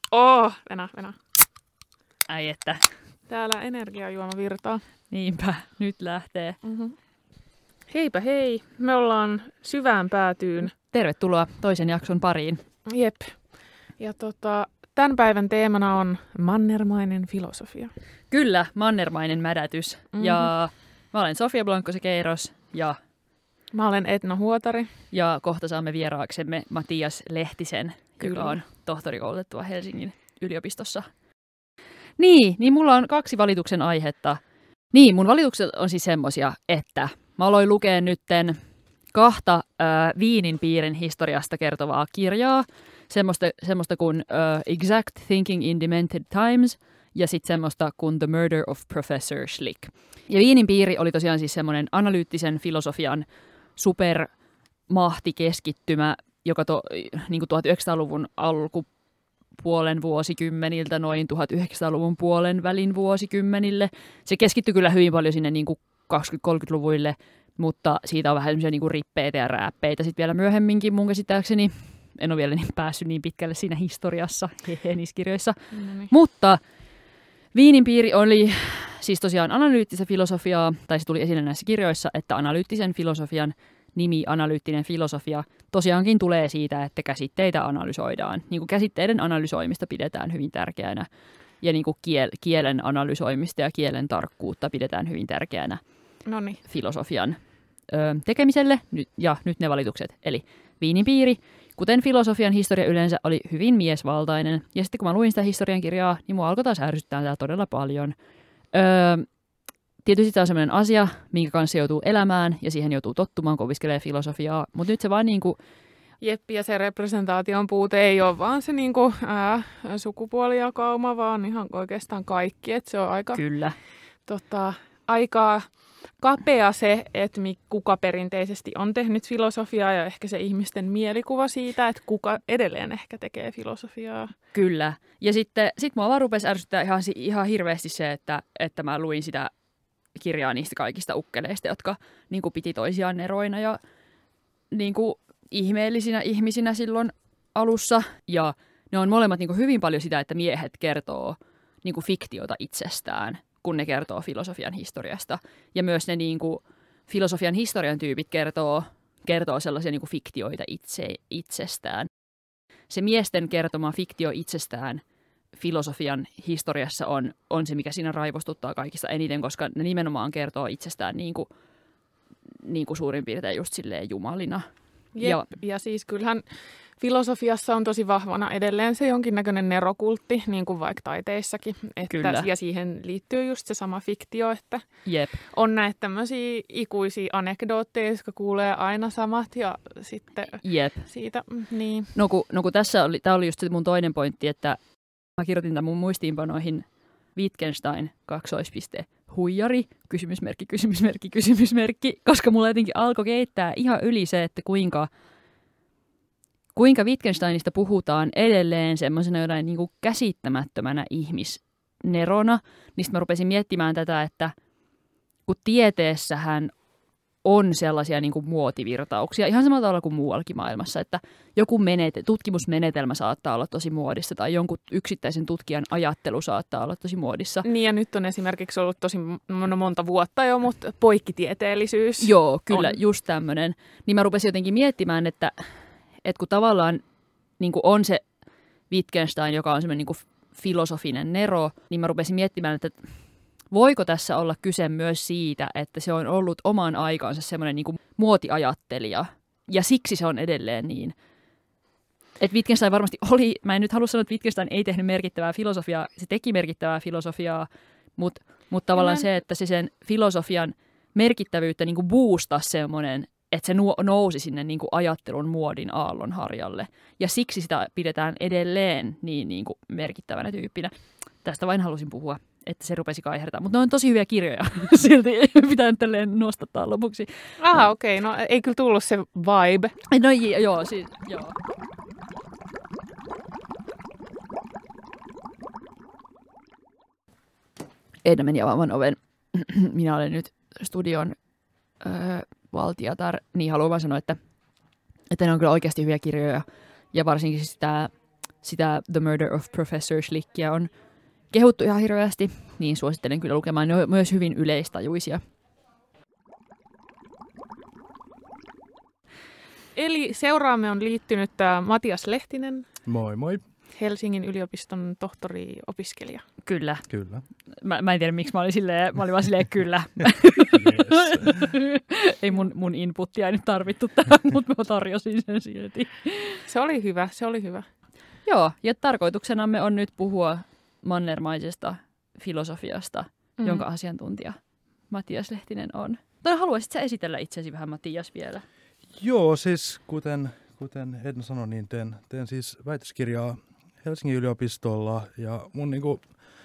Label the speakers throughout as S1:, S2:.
S1: Venä.
S2: Ai että.
S1: Täällä energiajuoma virtaa.
S2: Niinpä, nyt lähtee.
S1: Mm-hmm. Heipä hei, me ollaan syvään päätyyn.
S2: Tervetuloa toisen jakson pariin.
S1: Jep. Ja tämän päivän teemana on mannermainen filosofia.
S2: Kyllä, mannermainen mädätys. Mm-hmm. Ja mä olen Sofia Blankkosekeiros ja
S1: mä olen Etno Huotari.
S2: Ja kohta saamme vieraaksemme Matias Lehtisen,
S1: Kyllä.
S2: joka on tohtorikoulutettua Helsingin yliopistossa. Niin mulla on 2 valituksen aihetta. Niin, mun valitukset on siis semmosia, että mä aloin lukea nytten 2 Wienin piirin historiasta kertovaa kirjaa. Semmoista kuin Exact Thinking in Demented Times ja sitten semmoista kuin The Murder of Professor Schlick. Ja Wienin piiri oli tosiaan siis semmoinen analyyttisen filosofian supermahtikeskittymä, joka niin kuin 1900-luvun alkupuolen vuosikymmeniltä noin 1900-luvun puolen välin vuosikymmenille. Se keskittyi kyllä hyvin paljon sinne niin kuin 20-30-luvuille, mutta siitä on vähän semmoisia niin kuin rippeitä ja rääppeitä sitten vielä myöhemminkin mun käsittääkseni. En ole vielä päässyt niin pitkälle siinä historiassa, niissä kirjoissa.
S1: No niin.
S2: Mutta Wienin piiri oli siis tosiaan analyyttistä filosofiaa, tai se tuli esille näissä kirjoissa, että analyyttisen filosofian nimi, analyyttinen filosofia, tosiaankin tulee siitä, että käsitteitä analysoidaan. Niin kuin käsitteiden analysoimista pidetään hyvin tärkeänä, ja niin kuin kielen analysoimista ja kielen tarkkuutta pidetään hyvin tärkeänä filosofian tekemiselle. Ja nyt ne valitukset. Eli Wienin piiri, kuten filosofian historia yleensä, oli hyvin miesvaltainen. Ja sitten kun mä luin sitä historiankirjaa, niin mua alkoi taas ärsyttää tää todella paljon. Tietysti tämä on sellainen asia, minkä kanssa joutuu elämään ja siihen joutuu tottumaan, kun opiskelee filosofiaa. Mutta nyt se vaan niinku...
S1: Jep, ja se representaation puute ei ole vaan se niinku, sukupuolijakauma, vaan ihan oikeastaan kaikki. Et se on aika,
S2: Kyllä.
S1: Aika kapea se, että kuka perinteisesti on tehnyt filosofiaa ja ehkä se ihmisten mielikuva siitä, että kuka edelleen ehkä tekee filosofiaa.
S2: Kyllä. Ja sitten mua vaan rupesi ärsyttää ihan hirveästi se, että mä luin sitä kirjaa niistä kaikista ukkeleista, jotka niin kuin piti toisiaan neroina ja niin kuin ihmeellisinä ihmisinä silloin alussa. Ja ne on molemmat niin kuin hyvin paljon sitä, että miehet kertoo niin kuin fiktiota itsestään, kun ne kertoo filosofian historiasta. Ja myös ne niin kuin filosofian historian tyypit kertoo sellaisia niin kuin fiktioita itsestään. Se miesten kertoma fiktio itsestään filosofian historiassa on se, mikä siinä raivostuttaa kaikista eniten, koska ne nimenomaan kertoo itsestään niin kuin suurin piirtein just silleen jumalina.
S1: Jep. Ja siis kyllähän filosofiassa on tosi vahvana edelleen se jonkinnäköinen nerokultti, niin kuin vaikka taiteissakin. Että, ja siihen liittyy just se sama fiktio, että
S2: Jep.
S1: on näitä tämmöisiä ikuisia anekdootteja, jotka kuulee aina samat ja sitten
S2: Jep.
S1: siitä, niin.
S2: No kun tämä oli just se mun toinen pointti, että mä kirjoitin tämän mun muistiinpanoihin Wittgenstein : huijari, kysymysmerkki, koska mulla jotenkin alkoi keittää ihan yli se, että kuinka Wittgensteinista puhutaan edelleen semmoisena jotain niin kuin käsittämättömänä ihmisnerona. Niin mä rupesin miettimään tätä, että kun tieteessähän on sellaisia niin kuin muotivirtauksia, ihan samalla tavalla kuin muuallakin maailmassa, että joku tutkimusmenetelmä saattaa olla tosi muodissa tai jonkun yksittäisen tutkijan ajattelu saattaa olla tosi muodissa.
S1: Niin ja nyt on esimerkiksi ollut tosi monta vuotta jo, mutta poikkitieteellisyys.
S2: Joo, kyllä, just tämmöinen. Niin mä rupesin jotenkin miettimään, että kun tavallaan niin kuin on se Wittgenstein, joka on semmoinen niin kuin filosofinen nero, niin mä rupesin miettimään, että voiko tässä olla kyse myös siitä, että se on ollut oman aikansa semmoinen niin kuin muotiajattelija, ja siksi se on edelleen niin. Että Wittgenstein varmasti oli, mä en nyt halua sanoa, että Wittgenstein ei tehnyt merkittävää filosofiaa, se teki merkittävää filosofiaa, mutta tavallaan se, että se sen filosofian merkittävyyttä niin kuin boostasi semmoinen, että se nousi sinne niin kuin ajattelun muodin aallonharjalle. Ja siksi sitä pidetään edelleen niin kuin merkittävänä tyyppinä. Tästä vain halusin puhua, että se rupesi kaihertaa. Mutta ne on tosi hyviä kirjoja. Silti pitää nyt tälleen nostattaa lopuksi.
S1: Okei. No ei kyllä tullut se vibe.
S2: No joo, siis joo. Edna meni avaamaan oven. Minä olen nyt studion valtiatar, niin haluan vaan sanoa, että ne on kyllä oikeasti hyviä kirjoja. Ja varsinkin siis tämä sitä The Murder of Professor Schlickia on kehuttu ihan hirveästi, niin suosittelen kyllä lukemaan. Ne on myös hyvin yleistajuisia.
S1: Eli seuraamme on liittynyt Matias Lehtinen,
S3: Moi moi.
S1: Helsingin yliopiston tohtori-opiskelija.
S2: Kyllä.
S3: Kyllä.
S2: Mä en tiedä, miksi mä olin vaan silleen kyllä. Ei mun inputtia ei nyt tarvittu tähän, mutta mä tarjosin sen silti.
S1: Se oli hyvä, se oli hyvä.
S2: Joo, ja tarkoituksenamme on nyt puhua mannermaisesta filosofiasta, jonka asiantuntija Matias Lehtinen on. Haluaisitko sä esitellä itsesi vähän, Matias, vielä?
S3: Joo, siis kuten Edna sanoi, niin teen siis väitöskirjaa Helsingin yliopistolla ja mun niinku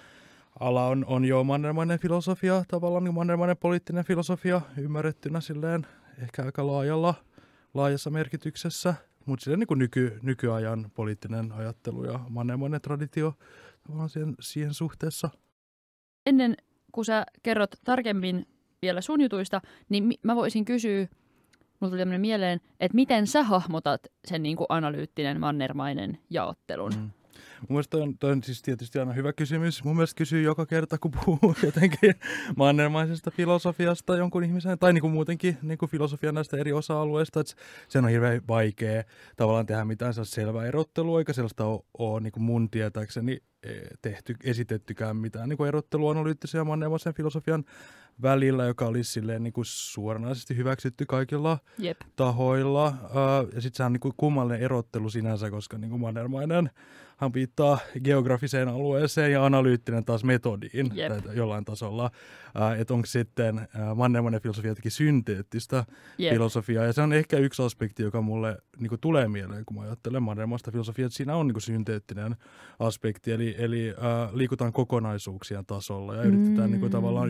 S3: ala on jo mannermainen filosofia, tavallaan niin mannermainen poliittinen filosofia ymmärrettynä silleen ehkä aika laajassa merkityksessä, mutta silleen niin nykyajan poliittinen ajattelu ja mannermainen traditio tavallaan siihen suhteessa.
S2: Ennen kuin sä kerrot tarkemmin vielä sun jutuista, niin mä voisin kysyä, mulla tuli tämmöinen mieleen, että miten sä hahmotat sen niin kuin analyyttinen mannermainen jaottelun?
S3: Mun mielestä toi on siis tietysti aina hyvä kysymys. Mun mielestä kysyy joka kerta, kun puhuu jotenkin mannermaisesta filosofiasta jonkun ihmisen, tai niin kuin muutenkin niin kuin filosofian näistä eri osa-alueista. Että sen on hirveän vaikea tavallaan tehdä mitään selvää erottelua, eikä sellaista ole niin kuin mun tietääkseni esitettykään mitään niin kuin erottelua analyyttisen ja mannermaisen filosofian välillä, joka olisi silleen niin kuin suoranaisesti hyväksytty kaikilla tahoilla. Ja sitten se on niin kuin kummallinen erottelu sinänsä, koska niin kuin mannermainenhan viittaa geografiseen alueeseen ja analyyttinen taas metodiin jollain tasolla. Että onko sitten mannermainen filosofia jotenkin synteettistä filosofiaa. Ja se on ehkä yksi aspekti, joka mulle niin kuin tulee mieleen, kun mä ajattelen mannermaista filosofiaa, että siinä on niin kuin synteettinen aspekti. Eli liikutaan kokonaisuuksien tasolla ja yritetään niin kuin tavallaan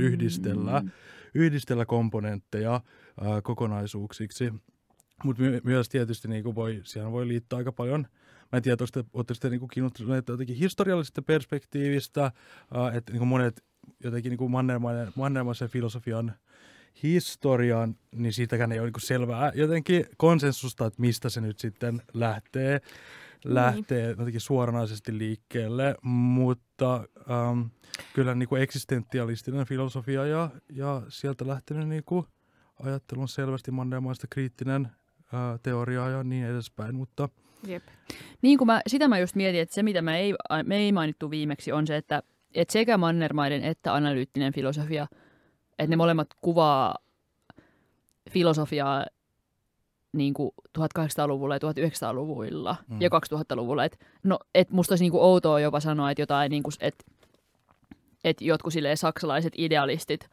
S3: yhdistellä komponentteja kokonaisuuksiksi. Mutta myös tietysti niin kuin siihen voi liittää aika paljon. Mä en tiedä, oletteko te niin kiinnostuneet jotenkin historiallisesta perspektiivistä, että niin monet jotenkin niin mannermaisen filosofian historian, niin siitäkään ei ole niin selvää jotenkin konsensusta, että mistä se nyt sitten lähtee jotenkin suoranaisesti liikkeelle, mutta kyllä niin kuin eksistentialistinen filosofia ja sieltä lähtenyt niin kuin ajattelu on selvästi mannermaista kriittinen teoria ja niin edespäin, mutta
S2: niin kuin mä just mietin, että se mitä me ei mainittu viimeksi on se, että sekä mannermainen että analyyttinen filosofia, että ne molemmat kuvaa filosofiaa niin kuin 1800-luvulla ja 1900-luvuilla ja 2000-luvulla. Et musta olisi niin kuin outoa jopa sanoa, että jotain, niin kuin, että jotkut silleen saksalaiset idealistit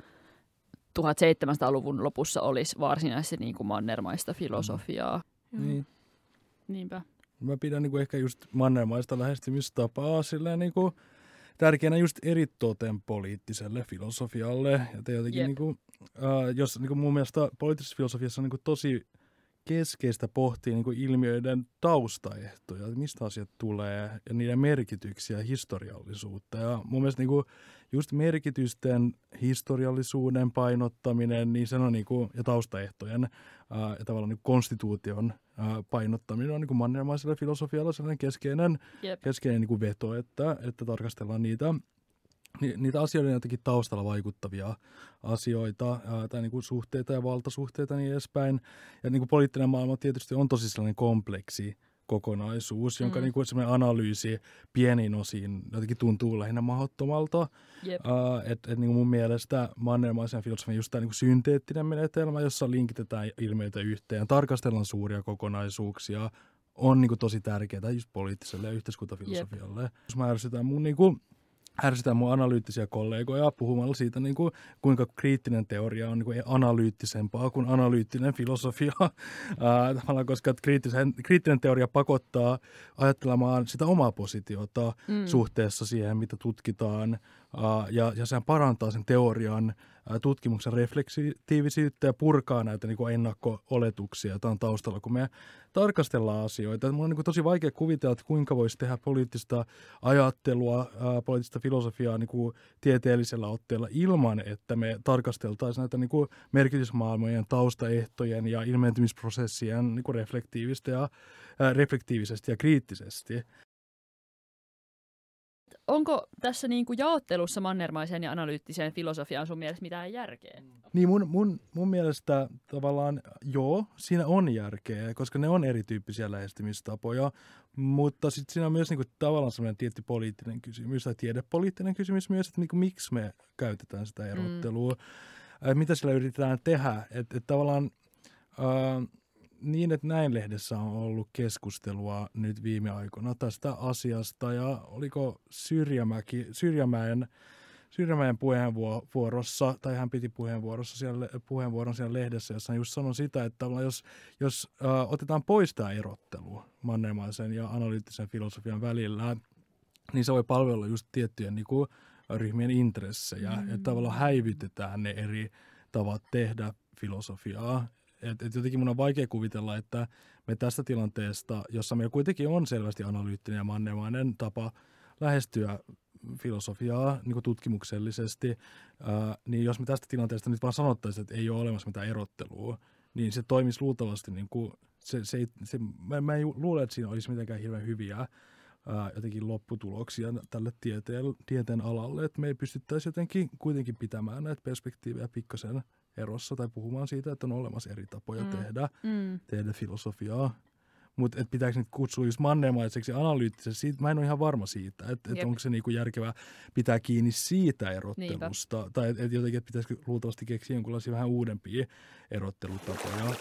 S2: 1700-luvun lopussa olisi varsinaisesti niin kuin mannermaista filosofiaa.
S3: Niin.
S2: Niinpä.
S3: Mä pidän niin kuin ehkä just mannermaista lähestymistapaa silleen niin kuin tärkeänä just eritoten poliittiselle filosofialle. Ja jotenkin niin kuin, jos niin kuin mun mielestä poliittisessa filosofiassa on niin kuin tosi keskeistä pohtia niin kuin ilmiöiden taustaehtoja, että mistä asiat tulee ja niiden merkityksiä ja historiallisuutta. Ja mun mielestä niin kuin just merkitysten historiallisuuden painottaminen niin sen on niin kuin, ja taustaehtojen ja tavallaan niin konstituution painottaminen on niin kuin mannermaisella filosofialla sellainen keskeinen niin kuin veto, että tarkastellaan niitä asioiden jotenkin taustalla vaikuttavia asioita tai niin kuin suhteita ja valtasuhteita niin edespäin. Ja niin kuin poliittinen maailma tietysti on tosi sellainen kompleksi kokonaisuus, jonka niin kuin sellainen analyysi pieniin osiin jotenkin tuntuu lähinnä mahdottomalta. Että niin kuin mun mielestä mannermaisen filosofian just tämä niin kuin synteettinen menetelmä, jossa linkitetään ilmeitä yhteen, tarkastellaan suuria kokonaisuuksia, on niin kuin tosi tärkeää just poliittiselle ja yhteiskuntafilosofialle. Jos mä ärsytään mun analyyttisiä kollegoja puhumalla siitä, niin kuin, kuinka kriittinen teoria on niin kuin analyyttisempaa kuin analyyttinen filosofia, koska kriittinen teoria pakottaa ajattelemaan sitä omaa positiota suhteessa siihen, mitä tutkitaan, ja sehän parantaa sen teorian tutkimuksen refleksiivisyyttä ja purkaa näitä niin kuin ennakko-oletuksia, joita on taustalla, kun me tarkastellaan asioita. Mun on niin kuin tosi vaikea kuvitella, että kuinka voisi tehdä poliittista ajattelua, poliittista filosofiaa niin kuin tieteellisellä otteella ilman, että me tarkasteltaisiin näitä niin kuin merkitysmaailmojen taustaehtojen ja ilmentymisprosessien niin kuin reflektiivisesti ja kriittisesti.
S2: onko tässä niinku jaottelussa mannermaiseen ja analyyttiseen filosofiaan sun mielestä mitään järkeä?
S3: Niin mun mielestä tavallaan joo, siinä on järkeä, koska ne on erityyppisiä lähestymistapoja, mutta sitten siinä on myös niinku tavallaan sellainen tietty poliittinen kysymys tai tiedepoliittinen kysymys myös, että niinku, miksi me käytetään sitä erottelua, mitä sillä yritetään tehdä, että tavallaan niin, että näin lehdessä on ollut keskustelua nyt viime aikoina tästä asiasta ja oliko Syrjämäen puheenvuorossa, tai hän piti puheenvuoron siellä lehdessä, jossa hän just sanoi sitä, että jos otetaan pois tämä erottelu mannermaisen ja analyyttisen filosofian välillä, niin se voi palvella just tiettyjen niin kuin, ryhmien intressejä, että tavallaan häivytetään ne eri tavat tehdä filosofiaa. Et jotenkin mun on vaikea kuvitella, että me tästä tilanteesta, jossa meillä kuitenkin on selvästi analyyttinen ja mannermainen tapa lähestyä filosofiaa niin kuin tutkimuksellisesti, niin jos me tästä tilanteesta nyt vaan sanottaisiin, että ei ole olemassa mitään erottelua, niin se toimisi luultavasti, niin kuin, mä en luule, että siinä olisi mitenkään hirveän hyviä jotenkin lopputuloksia tälle tieteen alalle, että me ei pystyttäisi jotenkin kuitenkin pitämään näitä perspektiivejä pikkasen erossa tai puhumaan siitä, että on olemassa eri tapoja tehdä filosofiaa. Mutta pitääkö nyt kutsua just mannermaiseksi ja analyyttiseksi, mä en ole ihan varma siitä, että onko se niinku järkevää pitää kiinni siitä erottelusta. Niinpä. Tai että jotenkin, että pitäisikö luultavasti keksiä jonkinlaisia vähän uudempia erottelutapoja.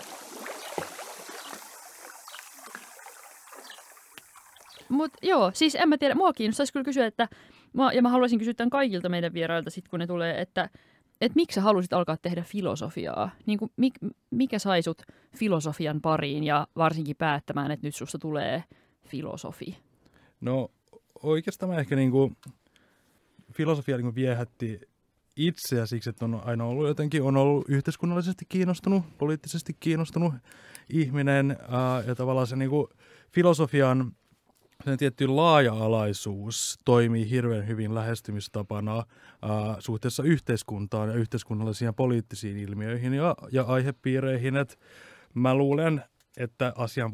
S2: Mutta joo, siis en mä tiedä, mua kiinnostaisi kyllä kysyä, että mä haluaisin kysyä tämän kaikilta meidän vierailta sit, kun ne tulee, että miksi sä halusit alkaa tehdä filosofiaa? Niin kuin, mikä sai sut filosofian pariin ja varsinkin päättämään, että nyt susta tulee filosofi?
S3: No oikeastaan mä ehkä niinku, filosofia niinku viehätti itseä siksi, että on aina ollut jotenkin, on ollut yhteiskunnallisesti kiinnostunut, poliittisesti kiinnostunut ihminen ja tavallaan se niinku, filosofian sen tietty laaja-alaisuus toimii hirveän hyvin lähestymistapana suhteessa yhteiskuntaan ja yhteiskunnallisiin poliittisiin ilmiöihin ja aihepiireihin. Et mä luulen, että asian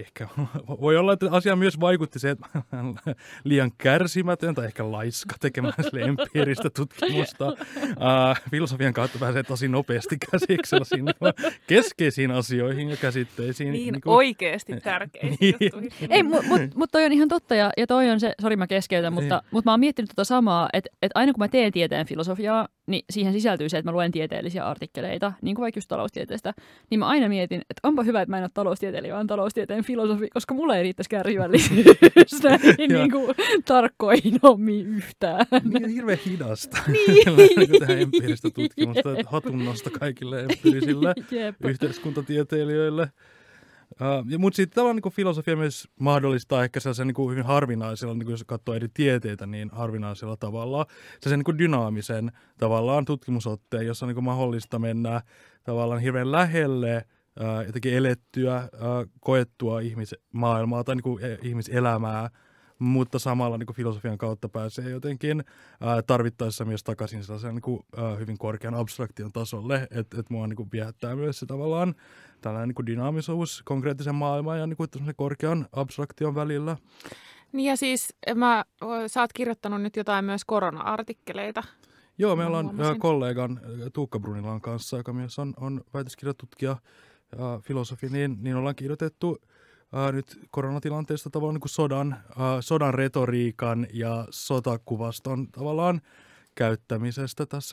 S3: voi olla, että asiaan myös vaikutti se, että liian kärsimätön tai ehkä laiska tekemään sille empiiristä tutkimusta. Filosofian kautta pääsee tosi nopeasti käsiksi sellaisiin keskeisiin asioihin ja käsitteisiin.
S1: Niin oikeasti tärkeisiin juttuihin.
S2: Ei, mutta toi on ihan totta ja toi on se, sori mä keskeytän, mutta mä oon miettinyt tota samaa, että aina kun mä teen tieteen filosofiaa, niin siihen sisältyy se, että mä luen tieteellisiä artikkeleita, niin kuin vaikka just taloustieteestä, niin mä aina mietin, että onpa hyvä, että mä en ole taloustieteilijä, vaan taloustieteen filosofi, koska mulla ei riittäisi kärsivällisyystä niin kuin tarkkoihin hommiin yhtään.
S3: Niin hirveän hidasta.
S2: Niin.
S3: Tähän empiiristä tutkimusta, hatunnosta kaikille empiirisille yhteiskuntatieteilijöille. Mutta sitten tavallaan niin filosofia myös mahdollistaa ehkä sellaisen niin hyvin harvinaisella, niin jos katsoo eri tieteitä, niin harvinaisella tavalla, sellaisen niin dynaamisen tavallaan tutkimusotteen, jossa on niin mahdollista mennä tavallaan hirveän lähelle jotenkin elettyä, koettua ihmismaailmaa tai niin ihmiselämää, mutta samalla niin filosofian kautta pääsee jotenkin tarvittaessa myös takaisin sellaisen niin hyvin korkean abstraktion tasolle, että mua niin viehättää myös se tavallaan tällainen niin dynaamisuus konkreettisen maailman ja niin korkean abstraktion välillä.
S1: Niin ja siis sä oot kirjoittanut nyt jotain myös korona-artikkeleita.
S3: Joo, me ollaan kollegan Tuukka Brunilan kanssa, joka myös on väitöskirjatutkija ja filosofi, niin ollaan kirjoitettu nyt koronatilanteesta tavallaan niin kuin sodan retoriikan ja sotakuvaston tavallaan käyttämisestä tässä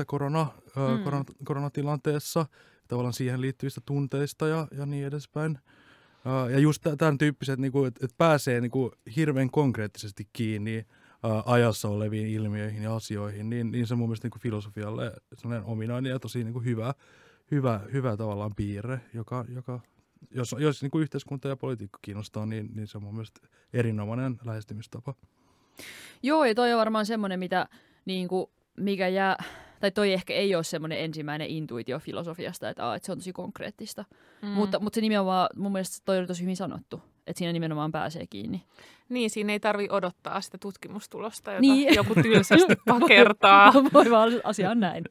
S3: koronatilanteessa, tavallaan siihen liittyvistä tunteista ja niin edespäin. Ja just tämän tyyppiset, niin kuin, että pääsee niin kuin hirveän konkreettisesti kiinni ajassa oleviin ilmiöihin ja asioihin, niin se on mun mielestä niin kuin filosofialle sellainen ominainen ja tosi niin kuin hyvä tavallaan piirre, joka jos niin kuin yhteiskunta ja politiikka kiinnostaa, niin se on mun mielestä erinomainen lähestymistapa.
S2: Joo, ja toi on varmaan semmoinen, mikä jää, tai toi ehkä ei ole semmoinen ensimmäinen intuitio filosofiasta, että se on tosi konkreettista. Mutta se nimenomaan, mun mielestä toi on tosi hyvin sanottu, että siinä nimenomaan pääsee kiinni.
S1: Niin, siinä ei tarvitse odottaa sitä tutkimustulosta, jota joku tylsästi pakertaa.
S2: Voi vaan, asia on näin.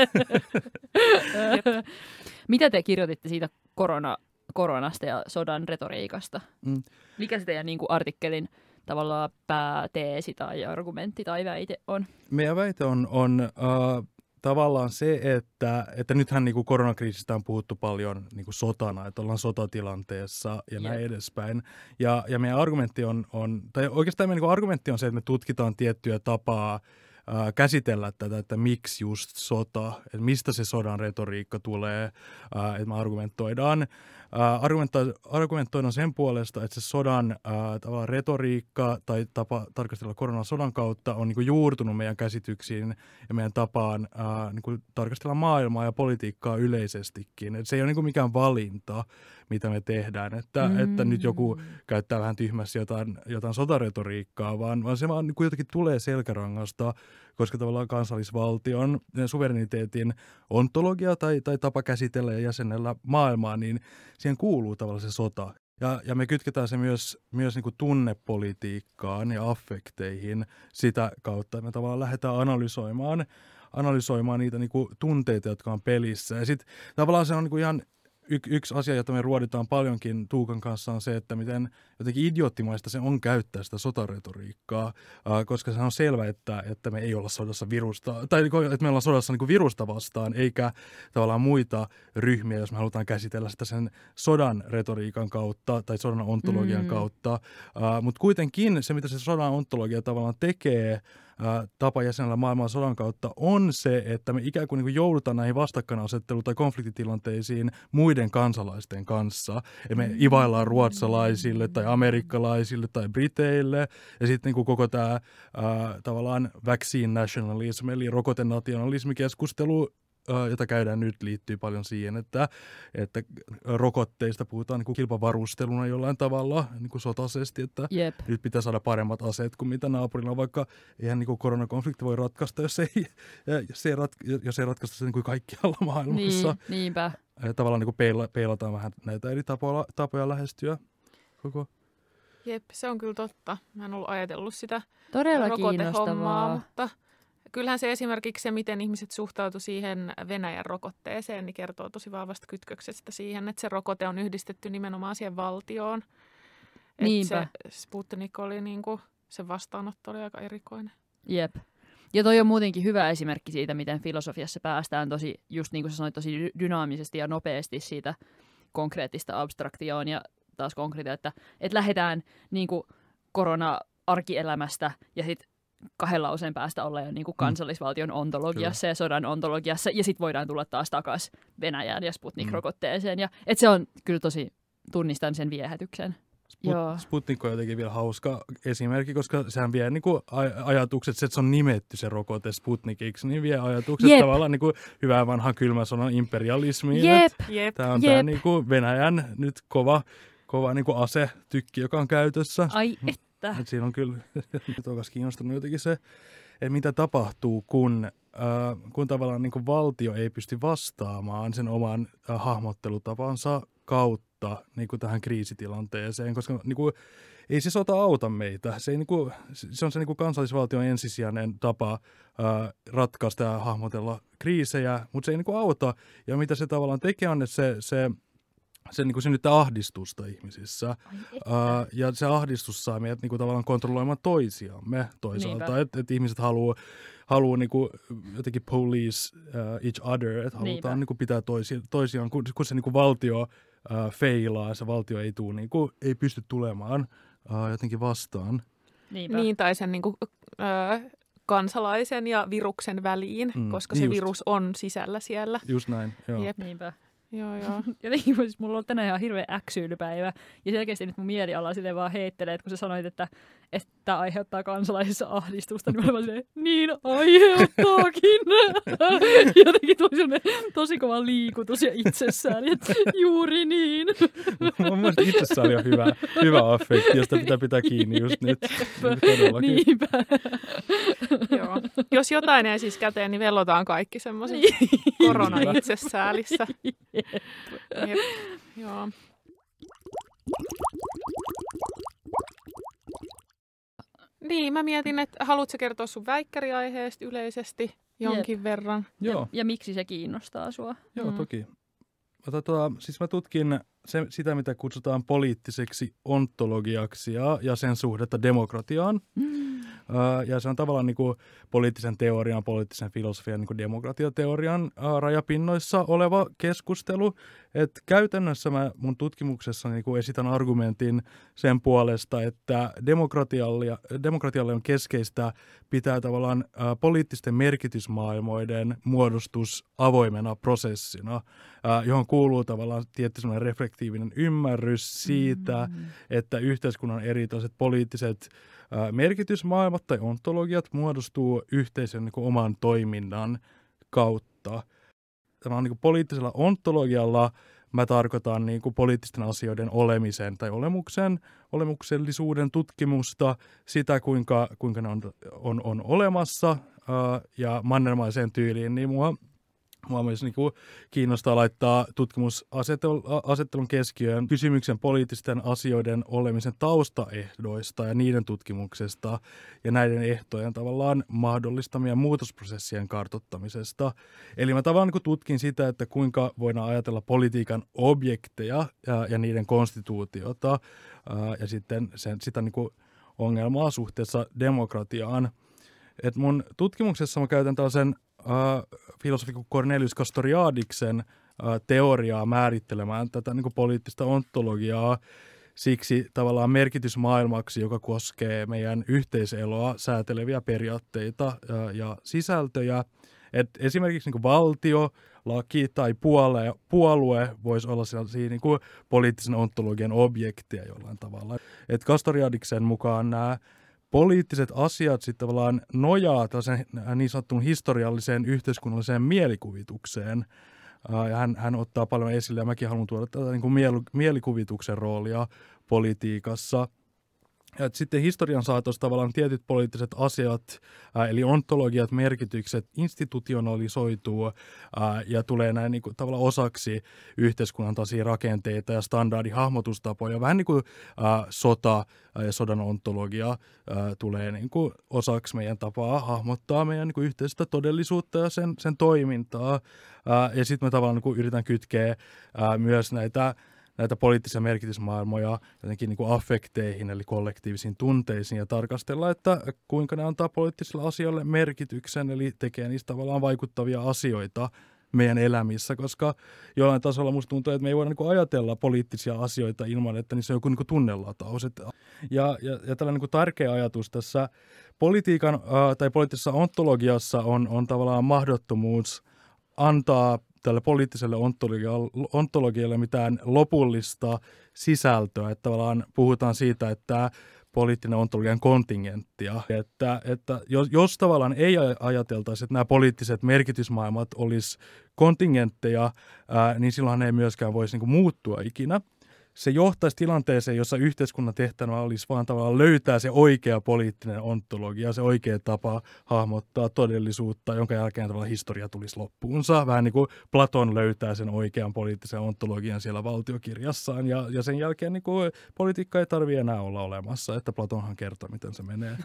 S2: Mitä te kirjoititte siitä koronasta ja sodan retoriikasta? Mikä se teidän artikkelin tavallaan pääteesi tai argumentti tai väite on?
S3: Meidän väite on tavallaan se, että nythän niin kuin koronakriisistä on puhuttu paljon niin kuin sotana, että ollaan sotatilanteessa ja näin edespäin. Ja meidän argumentti tai oikeastaan meidän niin kuin argumentti on se, että me tutkitaan tiettyä tapaa käsitellä tätä, että miksi just sota, että mistä se sodan retoriikka tulee, että me argumentoidaan sen puolesta, että se sodan tavallaan retoriikka tai tapa tarkastella koronan sodan kautta on niin kuin juurtunut meidän käsityksiin ja meidän tapaan niin kuin tarkastella maailmaa ja politiikkaa yleisestikin. Että se ei ole niin kuin mikään valinta, mitä me tehdään, että nyt joku käyttää vähän tyhmässä jotain sotaretoriikkaa, vaan se vaan niin kuin jotenkin tulee selkärangasta, koska tavallaan kansallisvaltion suvereniteetin ontologia tai tapa käsitellä ja jäsennellä maailmaa, niin siihen kuuluu tavallaan se sota. Ja me kytketään se myös niin kuin tunnepolitiikkaan ja affekteihin sitä kautta, että me tavallaan lähdetään analysoimaan niitä niin kuin tunteita, jotka on pelissä. Ja sitten tavallaan se on niin kuin ihan yksi asia, jota me ruoditaan paljonkin Tuukan kanssa, on se, että miten jotenkin idioottimaista se on käyttää sitä sotaretoriikkaa, koska se on selvä, että me ei olla sodassa virusta, tai että me ollaan sodassa niin kuin virusta vastaan, eikä tavallaan muita ryhmiä, jos me halutaan käsitellä sitä sen sodan retoriikan kautta tai sodan ontologian kautta. Mutta kuitenkin se, mitä se sodan ontologia tavallaan tekee, tapa jäsenellä maailman sodan kautta on se, että me ikään kuin joudutaan näihin vastakkainasettelu- tai konfliktitilanteisiin muiden kansalaisten kanssa. Ja me ivaillaan ruotsalaisille tai amerikkalaisille tai briteille. Ja sitten niin koko tämä tavallaan vaccine nationalism, eli rokotenationalismikeskustelu, jota käydään nyt, liittyy paljon siihen, että rokotteista puhutaan niin kuin kilpavarusteluna jollain tavalla niin kuin sotaisesti, että nyt pitää saada paremmat aseet kuin mitä naapurilla on, vaikka eihän niin kuin koronakonflikti voi ratkaista, jos ei ratkaista se niin kuin kaikkialla maailmassa.
S2: Niinpä.
S3: Tavallaan niin kuin peilataan vähän näitä eri tapoja lähestyä koko.
S1: Jep, se on kyllä totta. Mä en ollut ajatellut sitä
S2: todella
S1: rokotehommaa, mutta kyllähän se esimerkiksi se, miten ihmiset suhtautuivat siihen Venäjän rokotteeseen, niin kertoo tosi vahvasta kytköksestä siihen, että se rokote on yhdistetty nimenomaan siihen valtioon. Niinpä. Että se Sputnik oli niin kuin, se vastaanotto oli aika erikoinen.
S2: Jep. Ja toi on muutenkin hyvä esimerkki siitä, miten filosofiassa päästään tosi, just niin kuin sä sanoit, tosi dynaamisesti ja nopeasti siitä konkreettista abstraktioon ja taas konkreettia, että lähdetään niin kuin korona-arkielämästä ja sitten 2 lauseen päästä olla jo niin kuin kansallisvaltion ontologiassa ja sodan ontologiassa, ja sitten voidaan tulla taas takaisin Venäjään ja Sputnik-rokotteeseen. Ja, et se on kyllä tosi, tunnistan sen viehätyksen.
S3: Sputnik on jotenkin vielä hauska esimerkki, koska sehän vie niin kuin ajatukset, että se on nimetty se rokote Sputnikiksi, niin vie ajatukset tavallaan niin kuin hyvää vanhan kylmän sodan imperialismiin. Tämä on tämä niin kuin Venäjän nyt kova niin kuin asetykki, joka on käytössä.
S2: Ai
S3: Et siinä on kyllä nyt on kiinnostunut jotenkin se, että mitä tapahtuu, kun tavallaan niin kuin valtio ei pysty vastaamaan sen oman hahmottelutapansa kautta niin kuin tähän kriisitilanteeseen, koska niin kuin, ei se sota auta meitä. Se, ei, niin kuin, se on se niin kuin kansallisvaltion ensisijainen tapa ratkaista ja hahmotella kriisejä, mutta se ei niin kuin auta. Ja mitä se tavallaan tekee on, että se niin kuin synnyttää ahdistusta ihmisissä. Ja se ahdistus saa meidät niin kuin tavallaan kontrolloimaan toisiamme toisaalta. Että ihmiset haluaa niin kuin jotenkin police each other, että halutaan niin kuin pitää toisiaan, kun se niin kuin valtio feilaa, se valtio ei, niin kuin, ei pysty tulemaan jotenkin vastaan.
S1: Niin, tai sen niin kuin, kansalaisen ja viruksen väliin, koska se virus on sisällä siellä.
S3: Just näin, joo.
S2: Jep. Niinpä.
S1: Joo.
S2: Jotenkin siis mulla on tänään ihan hirveä äksyilypäivä. Ja selkeästi nyt mun mieliala silleen vaan heittelee, että kun sä sanoit, että tämä aiheuttaa kansalaisissa ahdistusta, niin mä olen silleen, niin aiheuttaakin. Jotenkin tosi kova liikutus ja itsessään. Että juuri niin.
S3: Mun mielestä itsessään on hyvä affekti, josta pitää kiinni just nyt.
S2: Niinpä.
S1: Joo. Jos jotain ei siis käteen, niin vellotaan kaikki semmoisen korona-itsesäälissä. Jep. Joo. Niin, mä mietin, että haluatko kertoa sun väikkäriaiheesta yleisesti jonkin verran?
S3: Joo.
S2: Ja miksi se kiinnostaa sua?
S3: Joo, toki. Siis mä tutkin sitä, mitä kutsutaan poliittiseksi ontologiaksi ja sen suhdetta demokratiaan. Ja se on tavallaan niin kuin poliittisen teorian, poliittisen filosofian, niin kuin demokratiateorian rajapinnoissa oleva keskustelu. Et käytännössä mä mun tutkimuksessa niin kuin esitän argumentin sen puolesta, että demokratialle on keskeistä pitää tavallaan poliittisten merkitysmaailmoiden muodostus avoimena prosessina, johon kuuluu tavallaan tietty sellainen reflektiivinen ymmärrys siitä, että yhteiskunnan eri poliittiset merkitysmaailmat tai ontologiat muodostuu yhteisön niin kuin oman toiminnan kautta. Tämä on niin kuin poliittisella ontologialla mä tarkoitan niin kuin poliittisten asioiden olemisen tai olemuksellisuuden tutkimusta, sitä kuinka ne on olemassa ja mannermaiseen tyyliin, niin mua myös niin kuin kiinnostaa laittaa tutkimusasettelun keskiöön kysymyksen poliittisten asioiden olemisen taustaehdoista ja niiden tutkimuksesta ja näiden ehtojen tavallaan mahdollistamien muutosprosessien kartoittamisesta. Eli mä tavallaan niin kuin tutkin sitä, että kuinka voidaan ajatella politiikan objekteja ja niiden konstituutiota ja sitten sitä niin kuin ongelmaa suhteessa demokratiaan. Et mun tutkimuksessa mä käytän tällaisen filosofi Cornelius Castoriadiksen teoriaa määrittelemään tätä niin kuin poliittista ontologiaa siksi tavallaan merkitysmaailmaksi, joka koskee meidän yhteiseloa sääteleviä periaatteita ja sisältöjä. Et esimerkiksi niin kuin valtio, laki tai puolue voisi olla sellaisia niin kuin poliittisen ontologian objekteja jollain tavalla. Et Castoriadiksen mukaan nämä poliittiset asiat sitten tavallaan nojaa tällaisen niin sanottuun historialliseen yhteiskunnalliseen mielikuvitukseen. Ja hän ottaa paljon esille, ja mäkin haluan tuoda tätä niin kuin mielikuvituksen roolia politiikassa. Ja sitten historian saatossa tavallaan tietyt poliittiset asiat, eli ontologiat, merkitykset institutionalisoituu ja tulee näin niin kuin tavallaan osaksi yhteiskunnan tasia rakenteita ja standardihahmotustapoja. Vähän niin kuin sota ja sodan ontologia tulee niin kuin osaksi meidän tapaa hahmottaa meidän niin kuin yhteistä todellisuutta ja sen toimintaa. Ja sitten me tavallaan niin kuin yritän kytkeä myös näitä poliittisia merkitysmaailmoja jotenkin niin kuin affekteihin eli kollektiivisiin tunteisiin ja tarkastella, että kuinka ne antaa poliittisille asioille merkityksen, eli tekee niistä tavallaan vaikuttavia asioita meidän elämissä, koska jollain tasolla musta tuntuu, että me ei voida niin kuin ajatella poliittisia asioita ilman, että niissä on joku niin kuin tunnelataus. Ja tällainen niin kuin tärkeä ajatus tässä politiikan tai poliittisessa ontologiassa on tavallaan mahdottomuus antaa tälle poliittiselle ontologialle mitään lopullista sisältöä. Että tavallaan puhutaan siitä, että poliittinen ontologian kontingenttia. Että jos tavallaan ei ajateltaisi, että nämä poliittiset merkitysmaailmat olisi kontingentteja, niin silloin ne ei myöskään voisi niin kuin muuttua ikinä. Se johtaisi tilanteeseen, jossa yhteiskunnan tehtävänä olisi vaan tavallaan löytää se oikea poliittinen ontologia, se oikea tapa hahmottaa todellisuutta, jonka jälkeen tavallaan historia tulisi loppuunsa. Vähän niin kuin Platon löytää sen oikean poliittisen ontologian siellä valtiokirjassaan ja sen jälkeen niin kuin politiikka ei tarvitse enää olla olemassa, että Platonhan kertoo, miten se menee.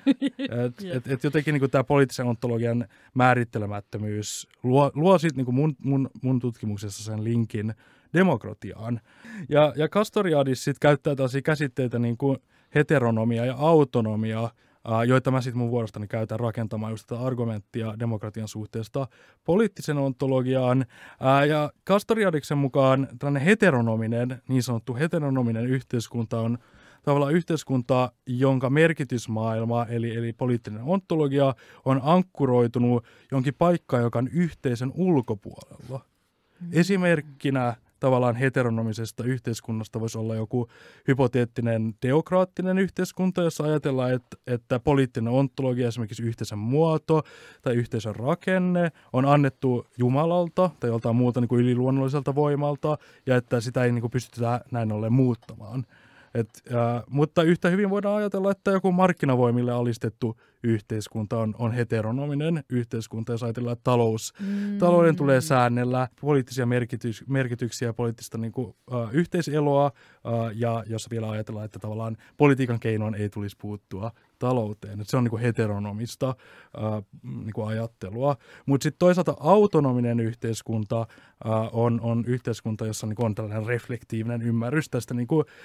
S3: Et jotenkin niin kuin tämä poliittisen ontologian määrittelemättömyys luo sitten niin kuin mun tutkimuksessa sen linkin demokratiaan. Ja Castoriadis sitten käyttää tällaisia käsitteitä niin kuin heteronomia ja autonomia, joita mä sitten mun vuorostani käytän rakentamaan just tätä argumenttia demokratian suhteesta poliittisen ontologiaan. Ja Castoriadiksen mukaan tällainen heteronominen, niin sanottu heteronominen yhteiskunta on tavallaan yhteiskunta, jonka merkitysmaailma, eli poliittinen ontologia, on ankkuroitunut jonkin paikkaan, joka on yhteisön ulkopuolella. Esimerkkinä tavallaan heteronomisesta yhteiskunnasta voisi olla joku hypoteettinen teokraattinen yhteiskunta, jossa ajatellaan, että poliittinen ontologia, esimerkiksi yhteisön muoto tai yhteisön rakenne, on annettu Jumalalta tai joltain muuta niin kuin yliluonnolliselta voimalta, ja että sitä ei niin kuin pystytä näin ollen muuttamaan. Mutta yhtä hyvin voidaan ajatella, että joku markkinavoimille alistettu yhteiskunta on heteronominen yhteiskunta, jos ajatellaan, että talouden tulee säännellä poliittisia merkityksiä ja poliittista niin kuin, yhteiseloa, ja jos vielä ajatellaan, että tavallaan politiikan keinoin ei tulisi puuttua talouteen. Et se on niin kuin heteronomista niin kuin ajattelua. Mutta sitten toisaalta autonominen yhteiskunta on yhteiskunta, jossa niin kuin on tällainen reflektiivinen ymmärrys tästä niin kuin,